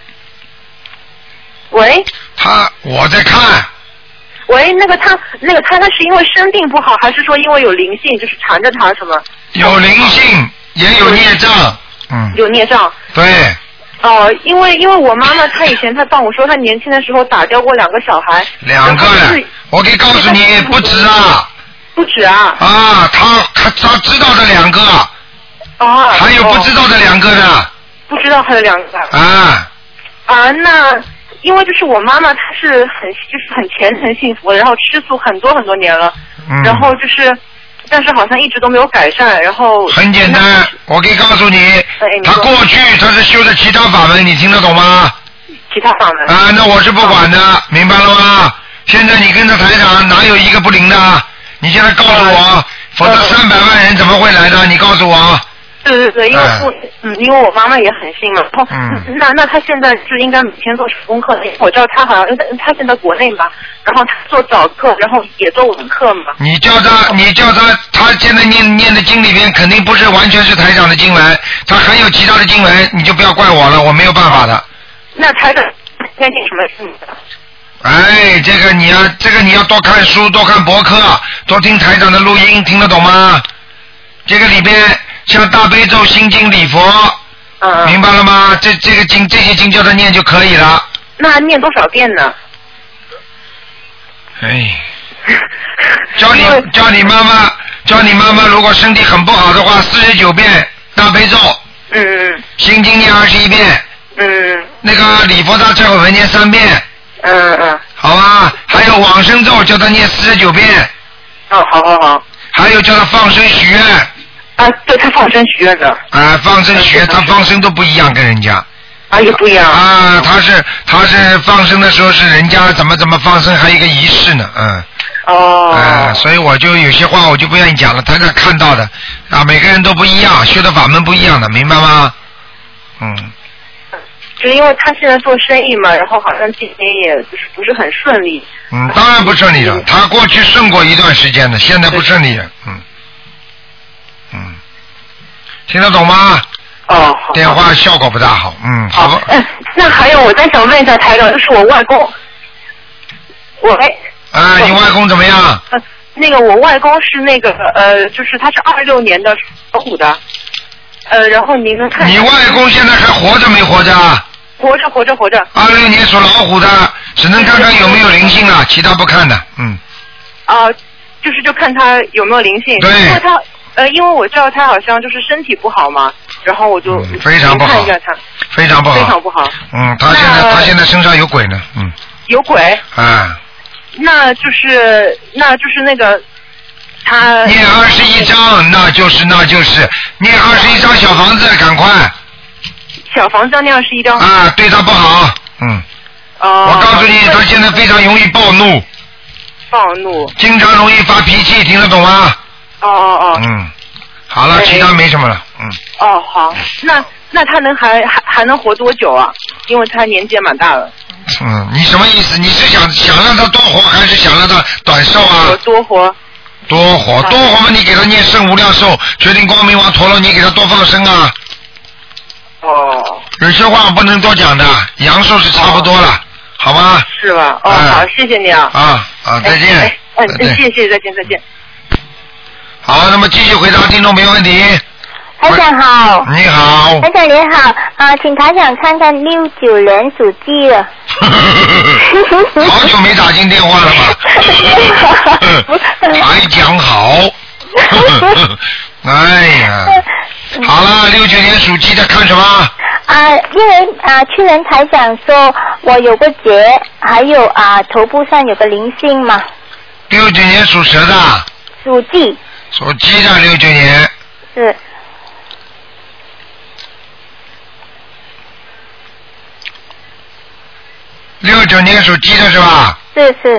喂。 她，我在看。 喂，那个她，那个她，她是因为生病不好，还是说因为有灵性，就是缠着她什么？ 有灵性，也有孽障。嗯。 有孽障。 对。 哦，因为因为我妈妈她以前她帮我说，她年轻的时候打掉过两个小孩。 两个了，我可以告诉你，不止啊。 不止啊。 啊，她她她知道的两个。 啊。 还有不知道的两个呢。 不知道还有两个。 啊。 啊，那因为就是我妈妈，她是很就是很虔诚信佛，然后吃素很多很多年了， 嗯、 然后就是，但是好像一直都没有改善，然后。 很简单，我可以告诉你，她过去她是修的其他法门，你听得懂吗？ 其他法门。 啊，那我是不管的，哦、明白了吗？现在你跟着台长，哪有一个不灵的？你现在告诉我，啊、否则三百万人怎么会来呢？你告诉我。 对对对，因为我、嗯，因为我妈妈也很信嘛，然后、 嗯、 那那她现在是应该每天做功课的，我知道她好像她现在国内嘛，然后她做早课，然后也做晚课嘛。 你叫她，你叫她，她现在念念的经里边肯定不是完全是台长的经文，她还有其他的经文，你就不要怪我了，我没有办法的。 那台长念经什么经的？ 哎，这个你要，这个你要多看书，多看博客，多听台长的录音，听得懂吗？这个里边。像大悲咒、心经、礼佛， 嗯， 明白了吗？这这个经这些经叫他念就可以了。 那念多少遍呢？ 哎，叫你叫你妈妈，叫你妈妈，如果身体很不好的话，四十九遍大悲咒， 嗯嗯， 心经念二十一遍， 嗯， 那个礼佛大忏悔文念三遍， 嗯嗯， 好吧？还有往生咒叫他念四十九遍。 哦，好好好。 还有叫他放生许愿。 啊，对他放生许愿的。 啊，放生许愿，他放生都不一样，跟人家。 啊，也不一样。 啊，他是他是放生的时候是人家怎么怎么放生，还有一个仪式呢，嗯。 哦。 啊，所以我就有些话我就不愿意讲了，他那看到的啊，每个人都不一样，修的法门不一样的，明白吗？嗯。 就是因为他现在做生意嘛，然后好像今年也就是不是很顺利。 嗯，当然不顺利了，他过去顺过一段时间的，现在不顺利了，嗯。嗯，听得懂吗？ 哦， 电话效果不大好，嗯，好吧。 嗯，那还有我再想问一下台长，就是我外公，喂。 啊，你外公怎么样？ 呃，那个我外公是那个呃，就是他是二六年的属虎的，呃，然后您能看。 你外公现在还活着没活着？ 活着，活着，活着。 二六年属老虎的，只能看看有没有灵性了，其他不看的，嗯。 啊、呃，就是就看他有没有灵性。 对。 因为他呃，因为我知道他好像就是身体不好嘛，然后我就、 嗯、非常不好， 看一下他。 非常不好。 非常不好。 嗯，他现在他现在身上有鬼呢，嗯。 有鬼。 啊。 那就是那就是那个他念二十一章，那就是那就是念二十一张小房子，赶快。 小房子要念二十一张。 啊，对他不好，嗯。 哦。 我告诉你，他现在非常容易暴怒。 暴怒。 经常容易发脾气，听得懂吗？ 哦哦哦。 嗯，好了，其他没什么了，嗯。 哦，好，那那他能还还还能活多久啊？因为他年纪也蛮大了。 嗯，你什么意思？你是想想让他多活，还是想让他短寿啊？ 多活。 多活，多活嘛！你给他念圣无量寿，决定光明王陀罗，你给他多放生啊。 哦。 有些话不能多讲的，阳寿是差不多了，哦、好吗？ 是吧？哦， 哎、 好，谢谢你啊。 啊啊，再见。 哎，哎哎谢谢，再见，再见。 好，那么继续回答听众没问题。 台长好。 你好。 台长你好，啊，请台长看看六九年属鸡的。 好久没打进电话了吧？还讲好。哎呀，好了，六九年属鸡的看什么？ 啊，因为啊，去年台长说我有个结，还有啊头部上有个灵性嘛。 六九年属蛇的。 属鸡。 属鸡的六九年。 是。 六九年属鸡的是吧？ 是是。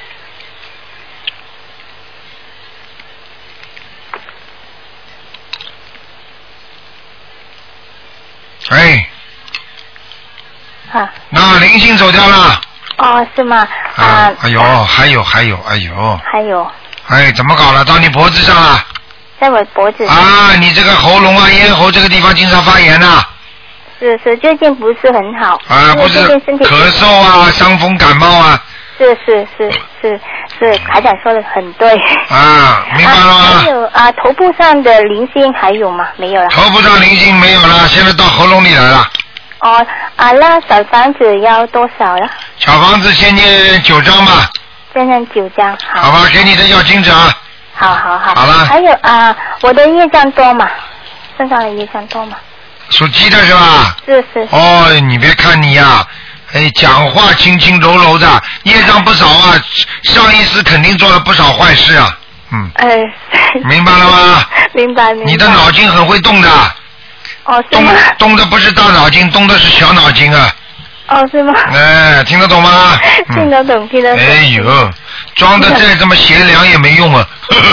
哎。 啊。 那灵性走掉了。 哦，是吗？啊。 啊哎呦，还有还有，哎呦。 还有。 哎，怎么搞了？到你脖子上了。 在我脖子上。 啊，你这个喉咙啊、咽喉这个地方经常发炎呐、啊。 是是，最近不是很好。 啊，不是咳嗽啊，伤风感冒啊。 是是是是是，台长说的很对。 啊，明白了吗？ 还有啊，头部上的灵性还有吗？没有了。 头部上灵性没有了，现在到喉咙里来了。 哦啊，那小房子要多少呀？ 小房子先念九张吧。 先念九张，好。 好吧，给你的要经者。 好好好。 好了。 还有啊，我的业障多嘛？身上的业障多嘛？ 属鸡的是吧？ 是是。 哦，你别看你呀、啊，哎，讲话轻轻柔柔的，业障不少啊。上一次肯定做了不少坏事啊。嗯。 哎。 明白了吗？ 明白明白。 你的脑筋很会动的。 哦，是吗？ 动动的不是大脑筋，动的是小脑筋啊。 哦，是吗？ 哎，听得懂吗？ 听得懂，听得懂。 哎呦，装的再这么贤良也没用啊！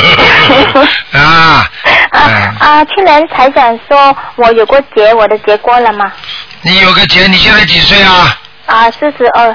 啊啊啊！去年台长说我有过结，我的结过了吗？ 你有个结，你现在几岁啊？ 啊，四十二。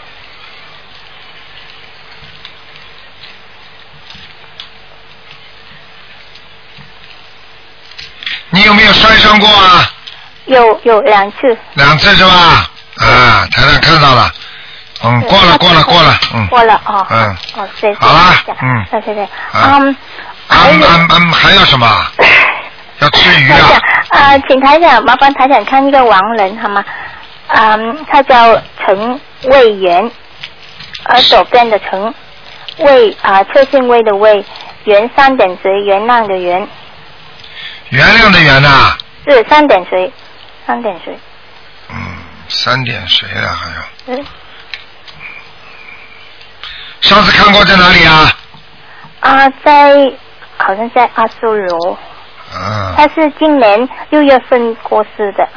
你有没有摔伤过啊？ 有有两次。 两次是吧？啊，台上看到了，嗯，过了过了过了，嗯。 过了哦。 嗯。 哦，谢谢。 好了，嗯。 谢谢谢谢。 嗯。嗯嗯嗯，还要什么？要吃鱼啊。 啊，请台长麻烦台长看一个亡人好吗？嗯，他叫陈卫元，耳朵边的陈，卫啊，侧姓卫的卫，元三点水，原谅的元。 原谅的原呐。 是三点水，三点水。 嗯，三点水了还有。嗯。上次看过在哪里啊？ 啊，在好像在阿修罗。 啊。 他是今年六月份过世的。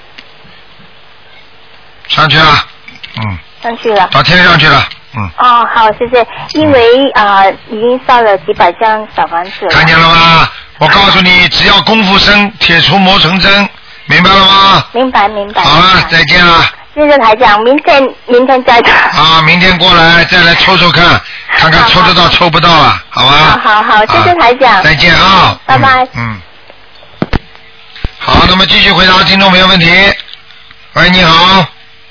上去了，嗯。 上去了。 到天上去了，嗯。 哦，好，谢谢。因为啊、呃，已经烧了几百张小房子了。 看见了吗？我告诉你，只要功夫深，铁杵磨成针，明白了吗？ 明白明白。 好了，再见了。 谢谢台长，明天明天再打。 啊，明天过来再来抽抽看，看看抽得到抽不到了，好吧？ 好好好，谢谢台长。 再见啊！ 拜拜。 嗯。 好，那么继续回答听众朋友问题。喂，你好。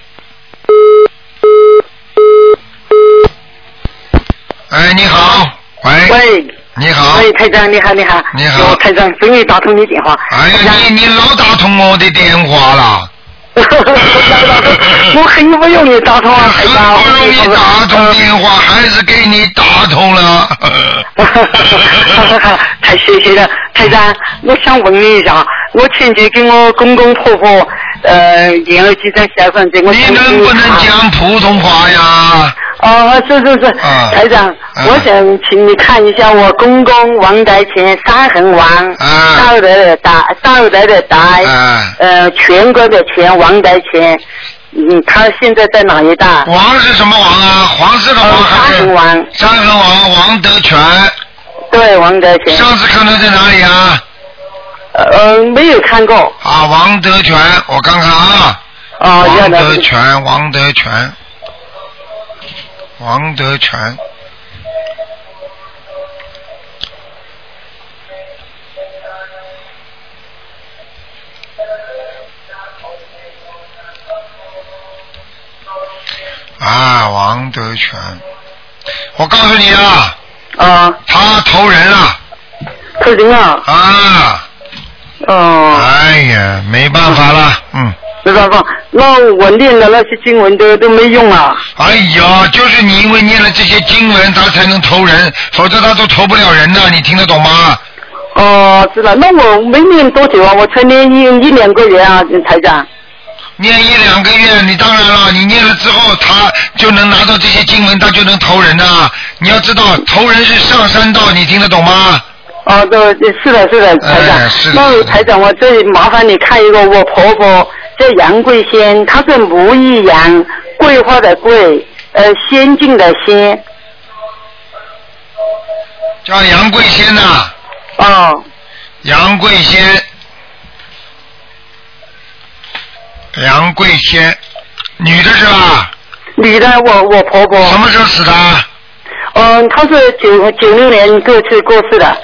哎，你好。喂。 喂。 你好。 喂，台长，你好，你好。 你好。 台长，终于打通你电话。 哎呀，你你老打通我的电话了。 我很不容易打通啊，台长。 很不容易打通电话，还是给你打通了。 太谢谢了，台长，我想问你一下，我前去给我公公婆婆呃念了几张小房子，我你能不能讲普通话呀？ 哦，是是是， 啊、 台长，啊、我想请你看一下我公公王代乾，三横王， 啊、 道德的代，道德的代， 啊、 呃，全国的全，王代乾，嗯，他现在在哪一带？ 王是什么王啊？黄色的王还是？ 三横王。 三横王，王德全。 对，王德全。 上次看到在哪里啊？ 呃，没有看过。 啊，王德全，我看看啊。 哦， 王德全，王德全。王德全，啊，王德全，我告诉你啊， 啊， 他投人了， 投人了， 啊， 哦， 哎呀，没办法了，嗯。 没办法，那我念的那些经文都都没用啊！ 哎呀，就是你因为念了这些经文，他才能投人，否则他都投不了人的，你听得懂吗？ 哦，知道。那我没念多久啊？我才念一一两个月啊，台长。 念一两个月，你当然了，你念了之后，他就能拿到这些经文，他就能投人的。你要知道，投人是上山道，你听得懂吗？ 哦，对，是的，是的，台长。 哎、是的。 那台长，我这里麻烦你看一个，我婆婆。叫杨桂仙，她是母一杨，桂花的桂，呃，仙境的仙。 叫杨桂仙呐、啊。 哦。 杨桂仙。杨桂仙，女的是吧？ 女的，我我婆婆。 什么时候死的？ 嗯，她是九九六年过世过世的。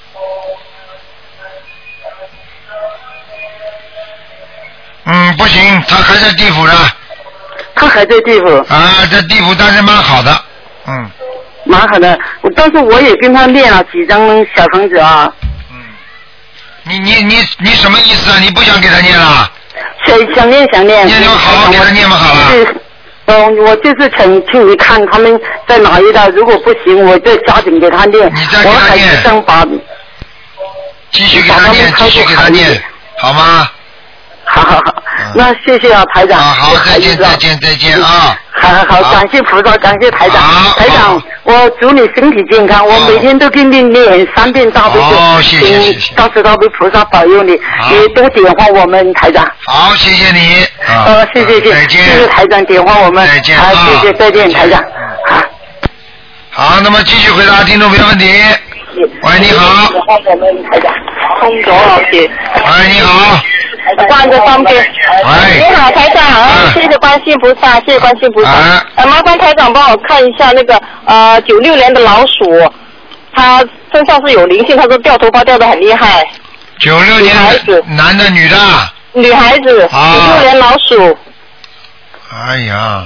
嗯，不行，他还在地府呢。 他还在地府。 啊，在地府，但是蛮好的，嗯。 蛮好的，但是我也跟他念了几张小房子啊。 嗯。你你你你什么意思啊？你不想给他念了？ 想想念想念。 念就好好给他念嘛，好了。 嗯，我就是请请你看他们在哪一道，如果不行，我再加紧给他念。 你再给他念。 我还是想把。 继续给他念，继续给他念，好吗？ 好好好，那谢谢啊，台长。 啊，好，再见，再见，再见啊！ 好好好，感谢菩萨，感谢台长。台长，我祝你身体健康，我每天都给你念三遍大悲咒。 哦，谢谢谢谢。 到时候被菩萨保佑你，你多点化我们台长。 好，谢谢你。 呃，谢谢谢， 再见。 谢谢台长点化我们。 再见。 好，谢谢，再见，台长。好。 好，那么继续回答听众朋友问题。喂，你好。 点化我们台长。空中老师。 喂，你好。 挂着方便。你好，台长，啊、谢谢观世菩萨，谢谢观世菩萨。啊、呃，麻烦台长帮我看一下那个呃九六年的老鼠，他身上是有灵性，他说掉头发掉得很厉害。 九六年孩子，男的女的？ 女孩子，九六年老鼠。 哎呀，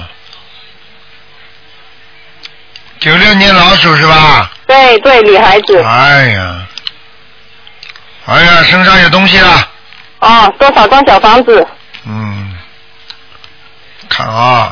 九六年老鼠是吧？ 对对，女孩子。 哎呀，哎呀，身上有东西了。 哦，多少张小房子？ 嗯，看啊，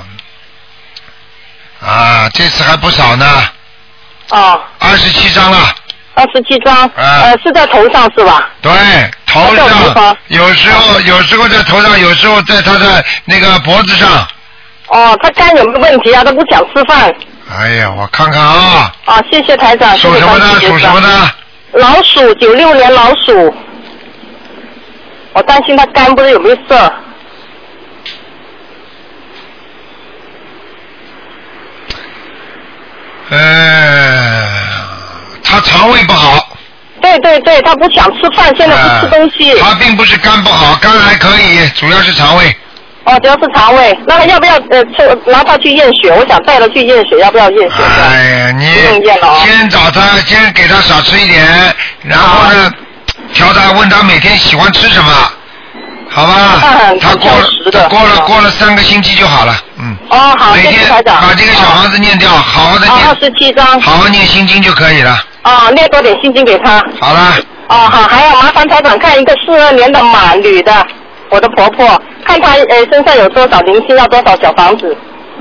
啊，这次还不少呢。 哦。 二十七张了。 二十七张。啊、呃，是在头上是吧？ 对，头上。有时候有时候在头上，有时候在他的那个脖子上。 哦，他肝有没有问题啊？他不想吃饭。 哎呀，我看看啊。 啊，谢谢台长。 属什么的？属什么的？ 老鼠，九六年老鼠。我担心他肝不知有没有事。 呃，他肠胃不好。 对对对，他不想吃饭，现在不吃东西。 呃、他并不是肝不好，肝还可以，主要是肠胃。 哦，主要是肠胃。那他要不要呃拿他去验血？我想带他去验血，要不要验血？ 哎呀，你先找他，先给他少吃一点，然后呢，调他问他每天喜欢吃什么。 好吧？ 嗯， 他过了，他过了过了三个星期就好了，嗯。 哦，好，谢谢台长。 把这个小房子念掉，好好的念。 二十七张。 好好念心经就可以了。 哦，念多点心经给他。 好了。 哦，好，还要麻烦台长看一个四二年的马女的，我的婆婆，看她呃身上有多少灵性，要多少小房子。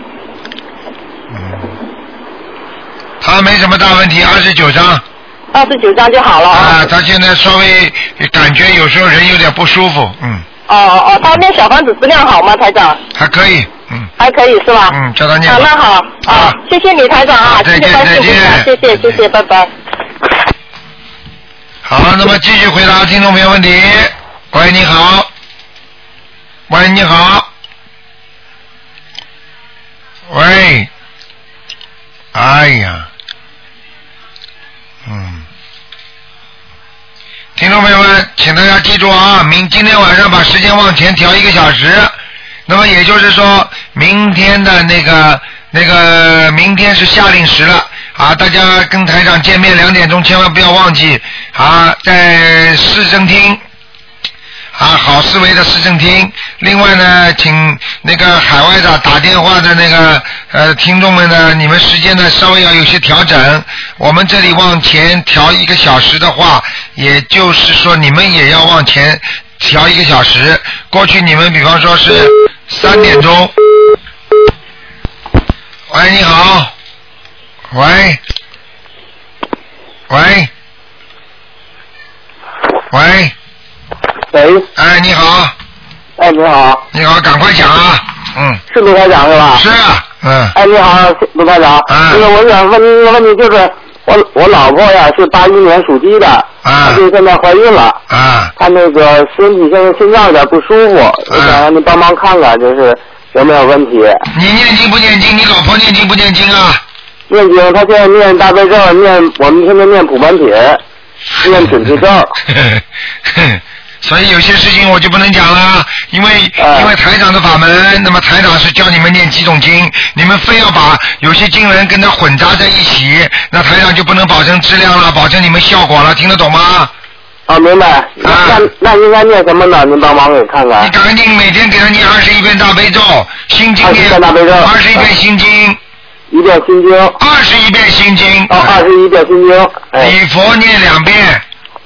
他没什么大问题，二十九张。 二十九张就好了。 啊，他现在稍微感觉有时候人有点不舒服，嗯。 哦哦，他念小房子质量好吗，台长？ 还可以，嗯。 还可以是吧？ 嗯，叫他念。 好，那好，啊，谢谢你台长啊，谢谢关心菩萨，谢谢谢谢，拜拜。 好，那么继续回答听众朋友问题。喂，你好。喂，你好。喂。哎呀。嗯。听众朋友们，请大家记住啊，明今天晚上把时间往前调一个小时，那么也就是说，明天的那个那个明天是夏令时了啊！大家跟台长见面两点钟，千万不要忘记啊，在市政厅啊，好思维的市政厅。另外呢，请那个海外的打电话的那个呃听众们呢，你们时间呢稍微要有些调整。我们这里往前调一个小时的话，也就是说你们也要往前调一个小时。过去你们比方说是三点钟。喂，你好。喂。喂。喂。 喂。 哎，你好。 哎，你好。 你好，赶快讲啊。嗯。 是卢台长是吧？ 是啊。嗯。 哎，你好，卢台长。嗯。那个，我想问您一个问题，就是我我老婆呀是八一年属鸡的， 啊， 她就现在怀孕了， 啊， 她那个身体现在心脏有点不舒服，我想让您帮忙看看，就是有没有问题。 你念经不念经？你老婆念经不念经啊？ 念经，她现在念大悲咒，念我们天天念普门品，念准提咒。 所以有些事情我就不能讲了，因为、呃、因为台长的法门，那么台长是教你们念几种经，你们非要把有些经文跟它混杂在一起，那台长就不能保证质量了，保证你们效果了，听得懂吗？ 啊，明白。啊、那那应该念什么呢？您帮忙给看看。 你赶紧每天给他念二十一遍大悲咒，心经念二十一遍大悲咒， 二十一遍心经。 一遍心经。 二十一遍心经。 哦，二十一遍心经。 哎、礼佛念两遍。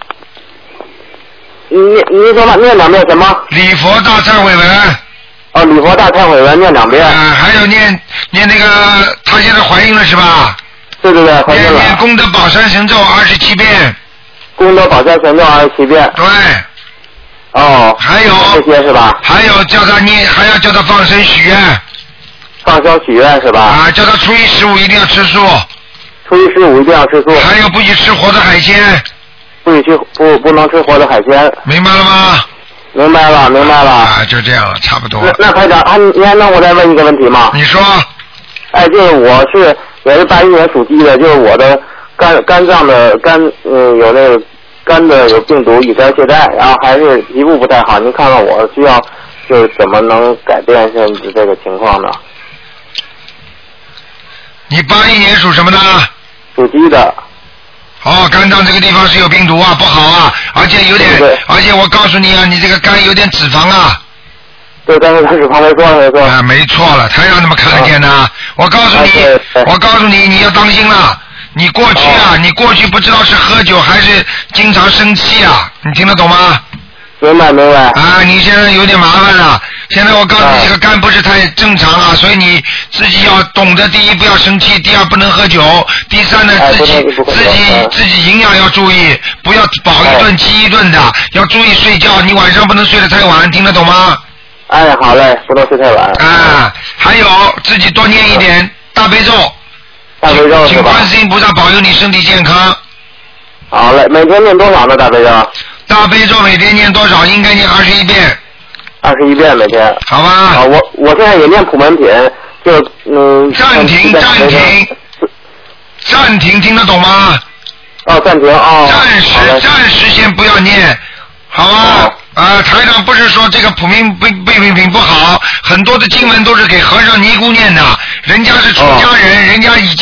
你你说嘛？念两遍什么？ 礼佛大忏悔文。 哦，礼佛大忏悔文念两遍。 啊，还有念念那个，她现在怀孕了是吧？ 对对对，怀孕了。 念念功德宝山神咒二十七遍。 功德宝山神咒二十七遍。 对。 哦。 还有。 这些是吧？ 还有叫他念，还要叫他放生许愿。 放生许愿是吧？ 啊，叫他初一十五一定要吃素。 初一十五一定要吃素。 还有不许吃活的海鲜。 不许吃不不能吃活的海鲜。 明白了吗？ 明白了，明白了。 啊，就这样了，差不多。 那那台长，还你还能我再问一个问题吗？ 你说。 哎，就是我是也是八一年属鸡的，就是我的肝肝脏的肝嗯有那个肝的有病毒乙肝懈怠，然后还是皮肤不太好，您看看我需要就是怎么能改变现在这个情况呢？ 你八一年属什么的？ 属鸡的。 哦，肝脏这个地方是有病毒啊，不好啊，而且有点， 对对而且我告诉你啊，你这个肝有点脂肪啊。 对，但是他脂肪没错没错。 啊，没错了，台长怎么看得见呢？啊、我告诉你，啊、我告诉你，你要当心了。你过去啊，哦、你过去不知道是喝酒还是经常生气啊，你听得懂吗？ 明白明白。 啊，你现在有点麻烦了。现在我告诉你，这个肝不是太正常啊，所以你自己要懂得，第一不要生气，第二不能喝酒，第三呢自己自己自己营养要注意，不要饱一顿饥一顿的，要注意睡觉，你晚上不能睡得太晚，听得懂吗？ 哎，好嘞，不能睡太晚。 啊，还有自己多念一点大悲咒， 大悲咒请观世音菩萨保佑你身体健康。 好嘞，每天念多少呢？大悲咒？ 大悲咒每天念多少？应该念二十一遍。 二十一遍每天。 好吧。 啊，我我现在也念普门品，就嗯。 暂停，暂停。暂停，听得懂吗？ 哦，暂停哦。 暂时，暂时先不要念，好吧？啊、呃，台长不是说这个普明备备品品不好，很多的经文都是给和尚尼姑念的，人家是出家人，哦、人家已经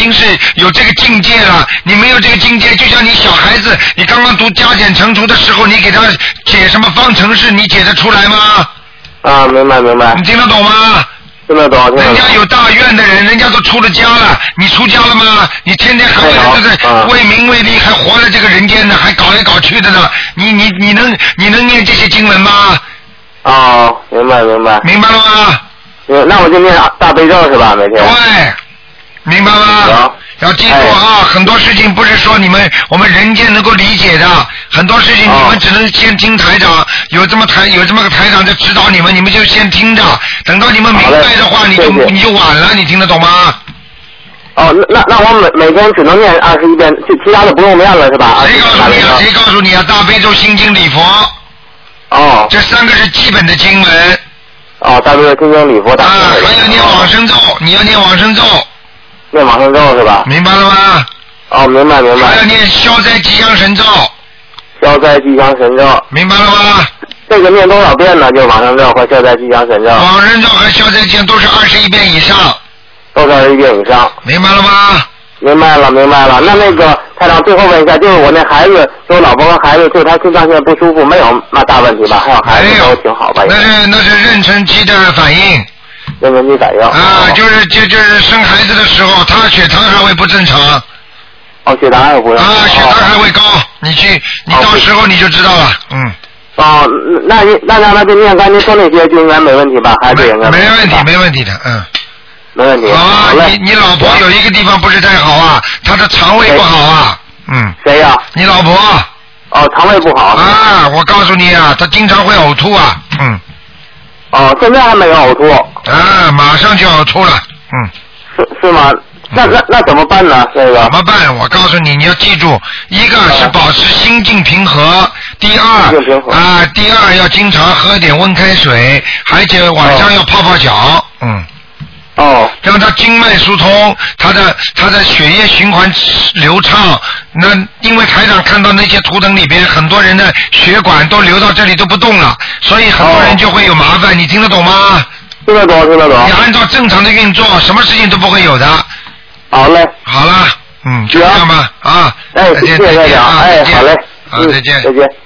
经是有这个境界了。你没有这个境界，就像你小孩子，你刚刚读加减乘除的时候，你给他解什么方程式，你解得出来吗？ 啊，明白明白。 你听得懂吗？ 听得懂。听得懂。 人家有大愿的人，人家都出了家了，你出家了吗？你天天还为了这个为名为利，还活在这个人间呢，还搞来搞去的呢。你你你能你能念这些经文吗？ 哦，明白明白。 明白了吗？ 那我就念大悲咒是吧？每天。 对，明白吗？要记住啊，很多事情不是说你们我们人间能够理解的，很多事情你们只能先听台长，有这么台有这么个台长在指导你们，你们就先听着，等到你们明白的话，你就你就晚了，你听得懂吗？ 哦，那那我每每天只能念二十一遍，就其他的不用念了是吧？ 谁告诉你啊？谁告诉你啊？大悲咒、心经、礼佛。 哦。 这三个是基本的经文。 哦，大悲咒、心经、礼佛。 啊，还要念往生咒，你要念往生咒。 念往生咒是吧？ 明白了吗？ 哦，明白明白。 还要念消灾吉祥神咒。 消灾吉祥神咒。 明白了吗？ 这个念多少遍呢？就往生咒和消灾吉祥神咒。 往生咒和消灾吉祥都是二十一遍以上。 都是二十一遍以上。 明白了吗？ 明白了明白了。那那个台长最后问一下，就是我那孩子，就我老婆和孩子，就他心脏现在不舒服，没有那大问题吧？还有孩子都挺好吧？ 那是那是妊娠期的反应。 妊娠期反应。 啊，就是就就是生孩子的时候，他血糖还会不正常。 哦，血糖还会。 啊，血糖还会高，你去，你到时候你就知道了，嗯。 哦，那那让他就念刚才说那些就应该没问题吧？孩子应该没问题，没问题的，嗯。 没问题。 好啊，你你老婆有一个地方不是太好啊，她的肠胃不好啊，嗯。 谁呀？ 你老婆。 哦，肠胃不好。 啊，我告诉你啊，她经常会呕吐啊，嗯。 哦，现在还没有呕吐。 啊，马上就呕吐了，嗯。 是是吗？那那那怎么办呢？这个怎么办？我告诉你，你要记住，一个是保持心境平和，第二啊，第二要经常喝点温开水，而且晚上要泡泡脚，嗯。 哦。 让他经脉疏通，他的他的血液循环流畅。那因为台长看到那些图腾里边，很多人的血管都流到这里都不动了，所以很多人就会有麻烦。你听得懂吗？ 听得懂，听得懂。 你按照正常的运作，什么事情都不会有的。 好嘞。 好了，嗯，就这样吧，啊。 哎， 再见， 谢谢再见啊， 哎，好嘞。 好，再见。 再见。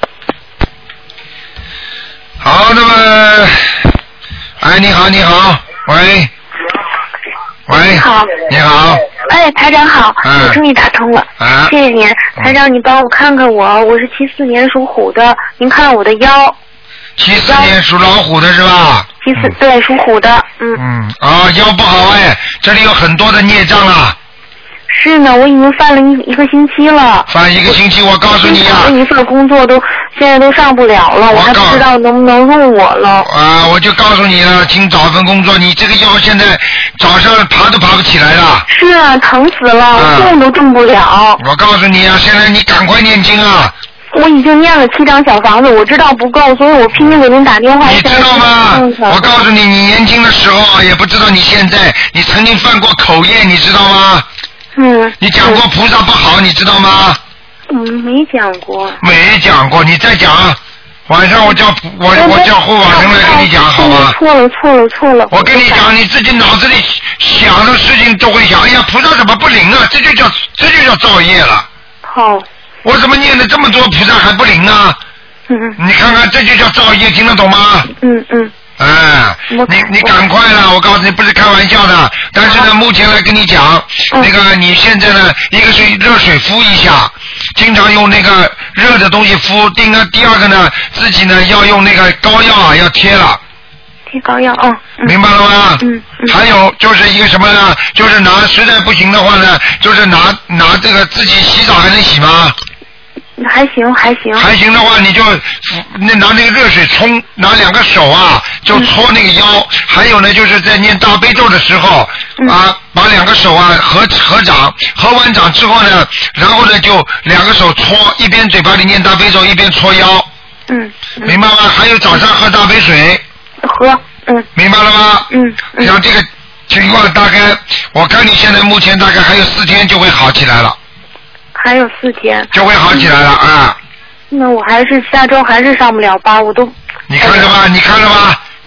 好，那么，哎，你好，你好，喂。喂， 你好， 你好， 哎，台长好， 嗯、 我终于打通了， 啊、 谢谢您，台长，你帮我看看我，我是七四年属虎的，您看我的腰。 七四年属老虎的是吧？ 七四、嗯、对，属虎的，嗯。 嗯，啊，腰不好哎，这里有很多的孽障啊。 是呢，我已经犯了一一个星期了。 犯一个星期，我告诉你啊。 我一份工作都现在都上不了了，我还不知道能不能用我了。 啊，我就告诉你了，请找份工作。你这个腰现在早上爬都爬不起来了。 是啊，疼死了，啊、动都动不了。 我告诉你啊，现在你赶快念经啊。 我已经念了七张小房子，我知道不够，所以我拼命给您打电话。 你知道吗？我告诉你，你年轻的时候也不知道你现在，你曾经犯过口业，你知道吗？ 嗯。 你讲过菩萨不好，你知道吗？ 嗯，没讲过。 没讲过，你再讲。晚上我叫我我叫护法神来跟你讲，好吗？ 错了错了错了。 我跟你讲，你自己脑子里想的事情都会想，哎呀，菩萨怎么不灵啊？这就叫这就叫造业了。 好。 我怎么念了这么多菩萨还不灵啊？ 嗯。 你看看，这就叫造业，听得懂吗？ 嗯嗯。 哎，你你赶快了！我告诉你，不是开玩笑的。但是呢，目前来跟你讲，那个你现在呢，一个是热水敷一下，经常用那个热的东西敷。第二第二个呢，自己呢要用那个膏药啊，要贴了。 贴膏药哦。 明白了吗？ 嗯。 还有就是一个什么呢？就是拿实在不行的话呢，就是拿拿这个自己洗澡还能洗吗？ 还行还行。 还行的话，你就那拿那个热水冲，拿两个手啊，就搓那个腰。嗯、还有呢，就是在念大悲咒的时候、嗯、啊，把两个手啊合合掌，合完掌之后呢，然后呢就两个手搓，一边嘴巴里念大悲咒，一边搓腰。 嗯。嗯明白吗？还有早上喝大杯水。 喝。嗯。 明白了吗？ 嗯。嗯像这个情况，大概我看你现在目前大概还有四天就会好起来了。 还有四天就会好起来了啊！ 那我还是下周还是上不了班，我都你看着吧，你看着吧，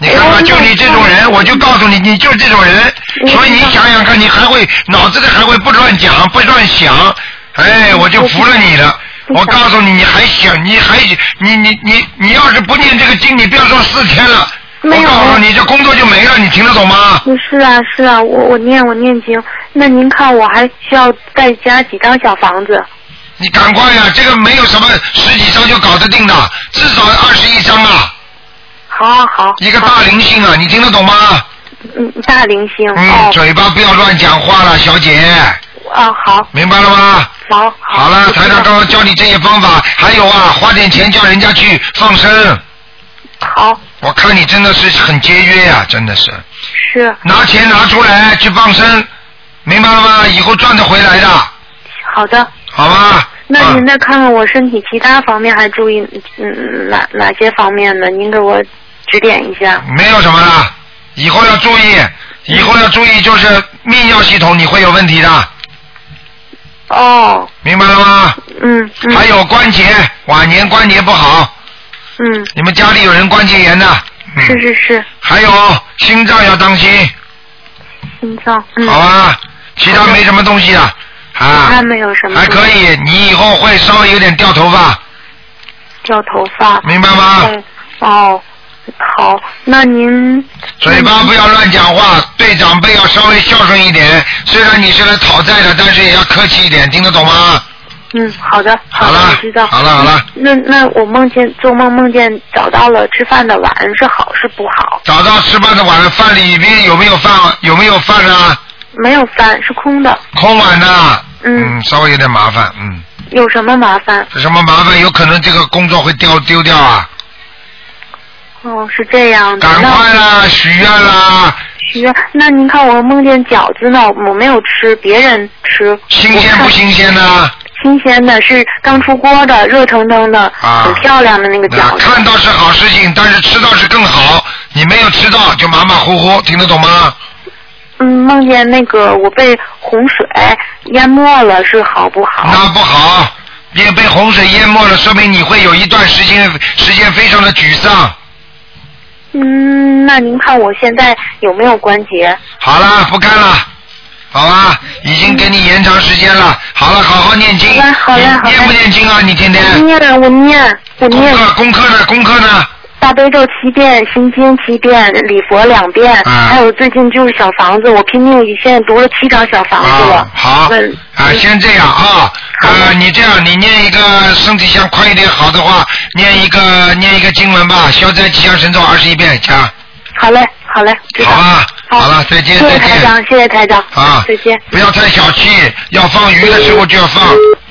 你看看，就你这种人，我就告诉你，你就是这种人，所以你想想看，你还会脑子里还会不乱讲，不乱想，哎，我就服了你了。我告诉你，你还想，你还你你你你要是不念这个经，你不要说四天了，我告诉你，这工作就没了，你听得懂吗？ 是啊是啊，我我念我念经，那您看我还需要再加几张小房子？ 你赶快呀、啊，这个没有什么十几张就搞得定的，至少二十一张啊。 好好好。 一个大灵性啊，你听得懂吗？ 嗯，大灵性。 嗯， 哦、 嘴巴不要乱讲话了，小姐。 啊，好。 明白了吗？ 好。 好了，台长刚刚教你这些方法，还有啊，花点钱叫人家去放生。 好。 我看你真的是很节约呀、啊，真的是。 是。 拿钱拿出来去放生，明白了吗？以后赚得回来的。 好的。 好吧。 那您再看看我身体其他方面还注意嗯哪哪些方面呢？您给我指点一下。 没有什么了，以后要注意，以后要注意，就是泌尿系统你会有问题的。 哦。 明白了吗？ 嗯。嗯还有关节，晚年关节不好。 嗯。 你们家里有人关节炎的？嗯、 是是是。 还有心脏要当心。 心脏。嗯。 好吧，其他没什么东西啊。啊， 还没有什么， 还可以，你以后会稍微有点掉头发， 掉头发， 明白吗？ 嗯、哦，好，那您嘴巴不要乱讲话，对长辈要稍微孝顺一点。虽然你是来讨债的，但是也要客气一点，听得懂吗？ 嗯，好的， 好了， 我知道。 好了好了。 那那我梦见做梦梦见找到了吃饭的碗，是好是不好？ 找到吃饭的碗，饭里边有没有饭？有没有饭啊？ 没有饭，是空的。 空碗呐。 嗯, 嗯，稍微有点麻烦，嗯。 有什么麻烦？ 有什么麻烦？有可能这个工作会丢丢掉啊。 哦，是这样的。 赶快啦，许愿啦。 许愿？那您看我梦见饺子呢，我没有吃，别人吃。 新鲜不新鲜呢？ 新鲜的，是刚出锅的，热腾腾的， 啊、 很漂亮的那个饺子。 看到是好事情，但是吃到是更好。你没有吃到就马马虎虎，听得懂吗？ 嗯，梦见那个我被洪水淹没了，是好不好？ 那不好，也被洪水淹没了，说明你会有一段时间时间非常的沮丧。 嗯，那您看我现在有没有关节？ 好了，不看了，好吧，已经给你延长时间了。好了，好好念经。 好嘞，好嘞，好嘞。 念不念经啊？你天天？ 我念，我念，我念。 功课，功课呢？功课呢？ 大悲咒七遍，心经七遍，礼佛两遍， 啊、 还有最近就是小房子，我拼命现在读了七张小房子了。 啊、好， 嗯、 啊，先这样啊，呃，你这样，你念一个身体想快一点好的话，念一个念一个经文吧，消灾吉祥神咒二十一遍加。 好嘞，好嘞，知道。 好吧， 好, 好了，再见， 谢谢再见。 台长，谢谢台长。 啊， 再见。 不要太小气，要放鱼的时候就要放。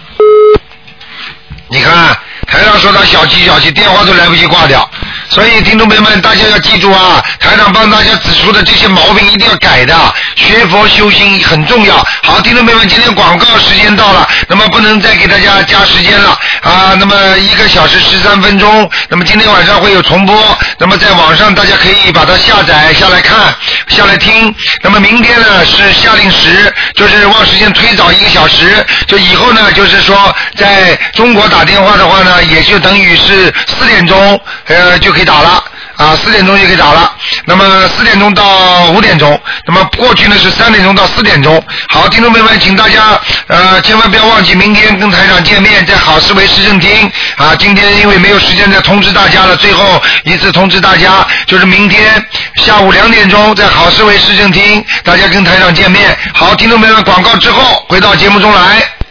你看，台长说他小气小气，电话都来不及挂掉。所以听众朋友们，大家要记住啊，台长帮大家指出的这些毛病一定要改的，学佛修心很重要。好，听众朋友们，今天广告时间到了，那么不能再给大家加时间了啊。那么一个小时十三分钟，那么今天晚上会有重播，那么在网上大家可以把它下载下来看，下来听。那么明天呢是夏令时，就是往时间推早一个小时，就以后呢就是说在中国打电话的话呢，也就等于是四点钟，呃就可以打了啊，四点钟就可以打了。那么四点钟到五点钟，那么过去呢是三点钟到四点钟。好，听众朋友们，请大家呃千万不要忘记明天跟台长见面，在好思维市政厅啊。今天因为没有时间再通知大家了，最后一次通知大家，就是明天下午两点钟在好思维市政厅，大家跟台长见面。好，听众朋友们，广告之后回到节目中来。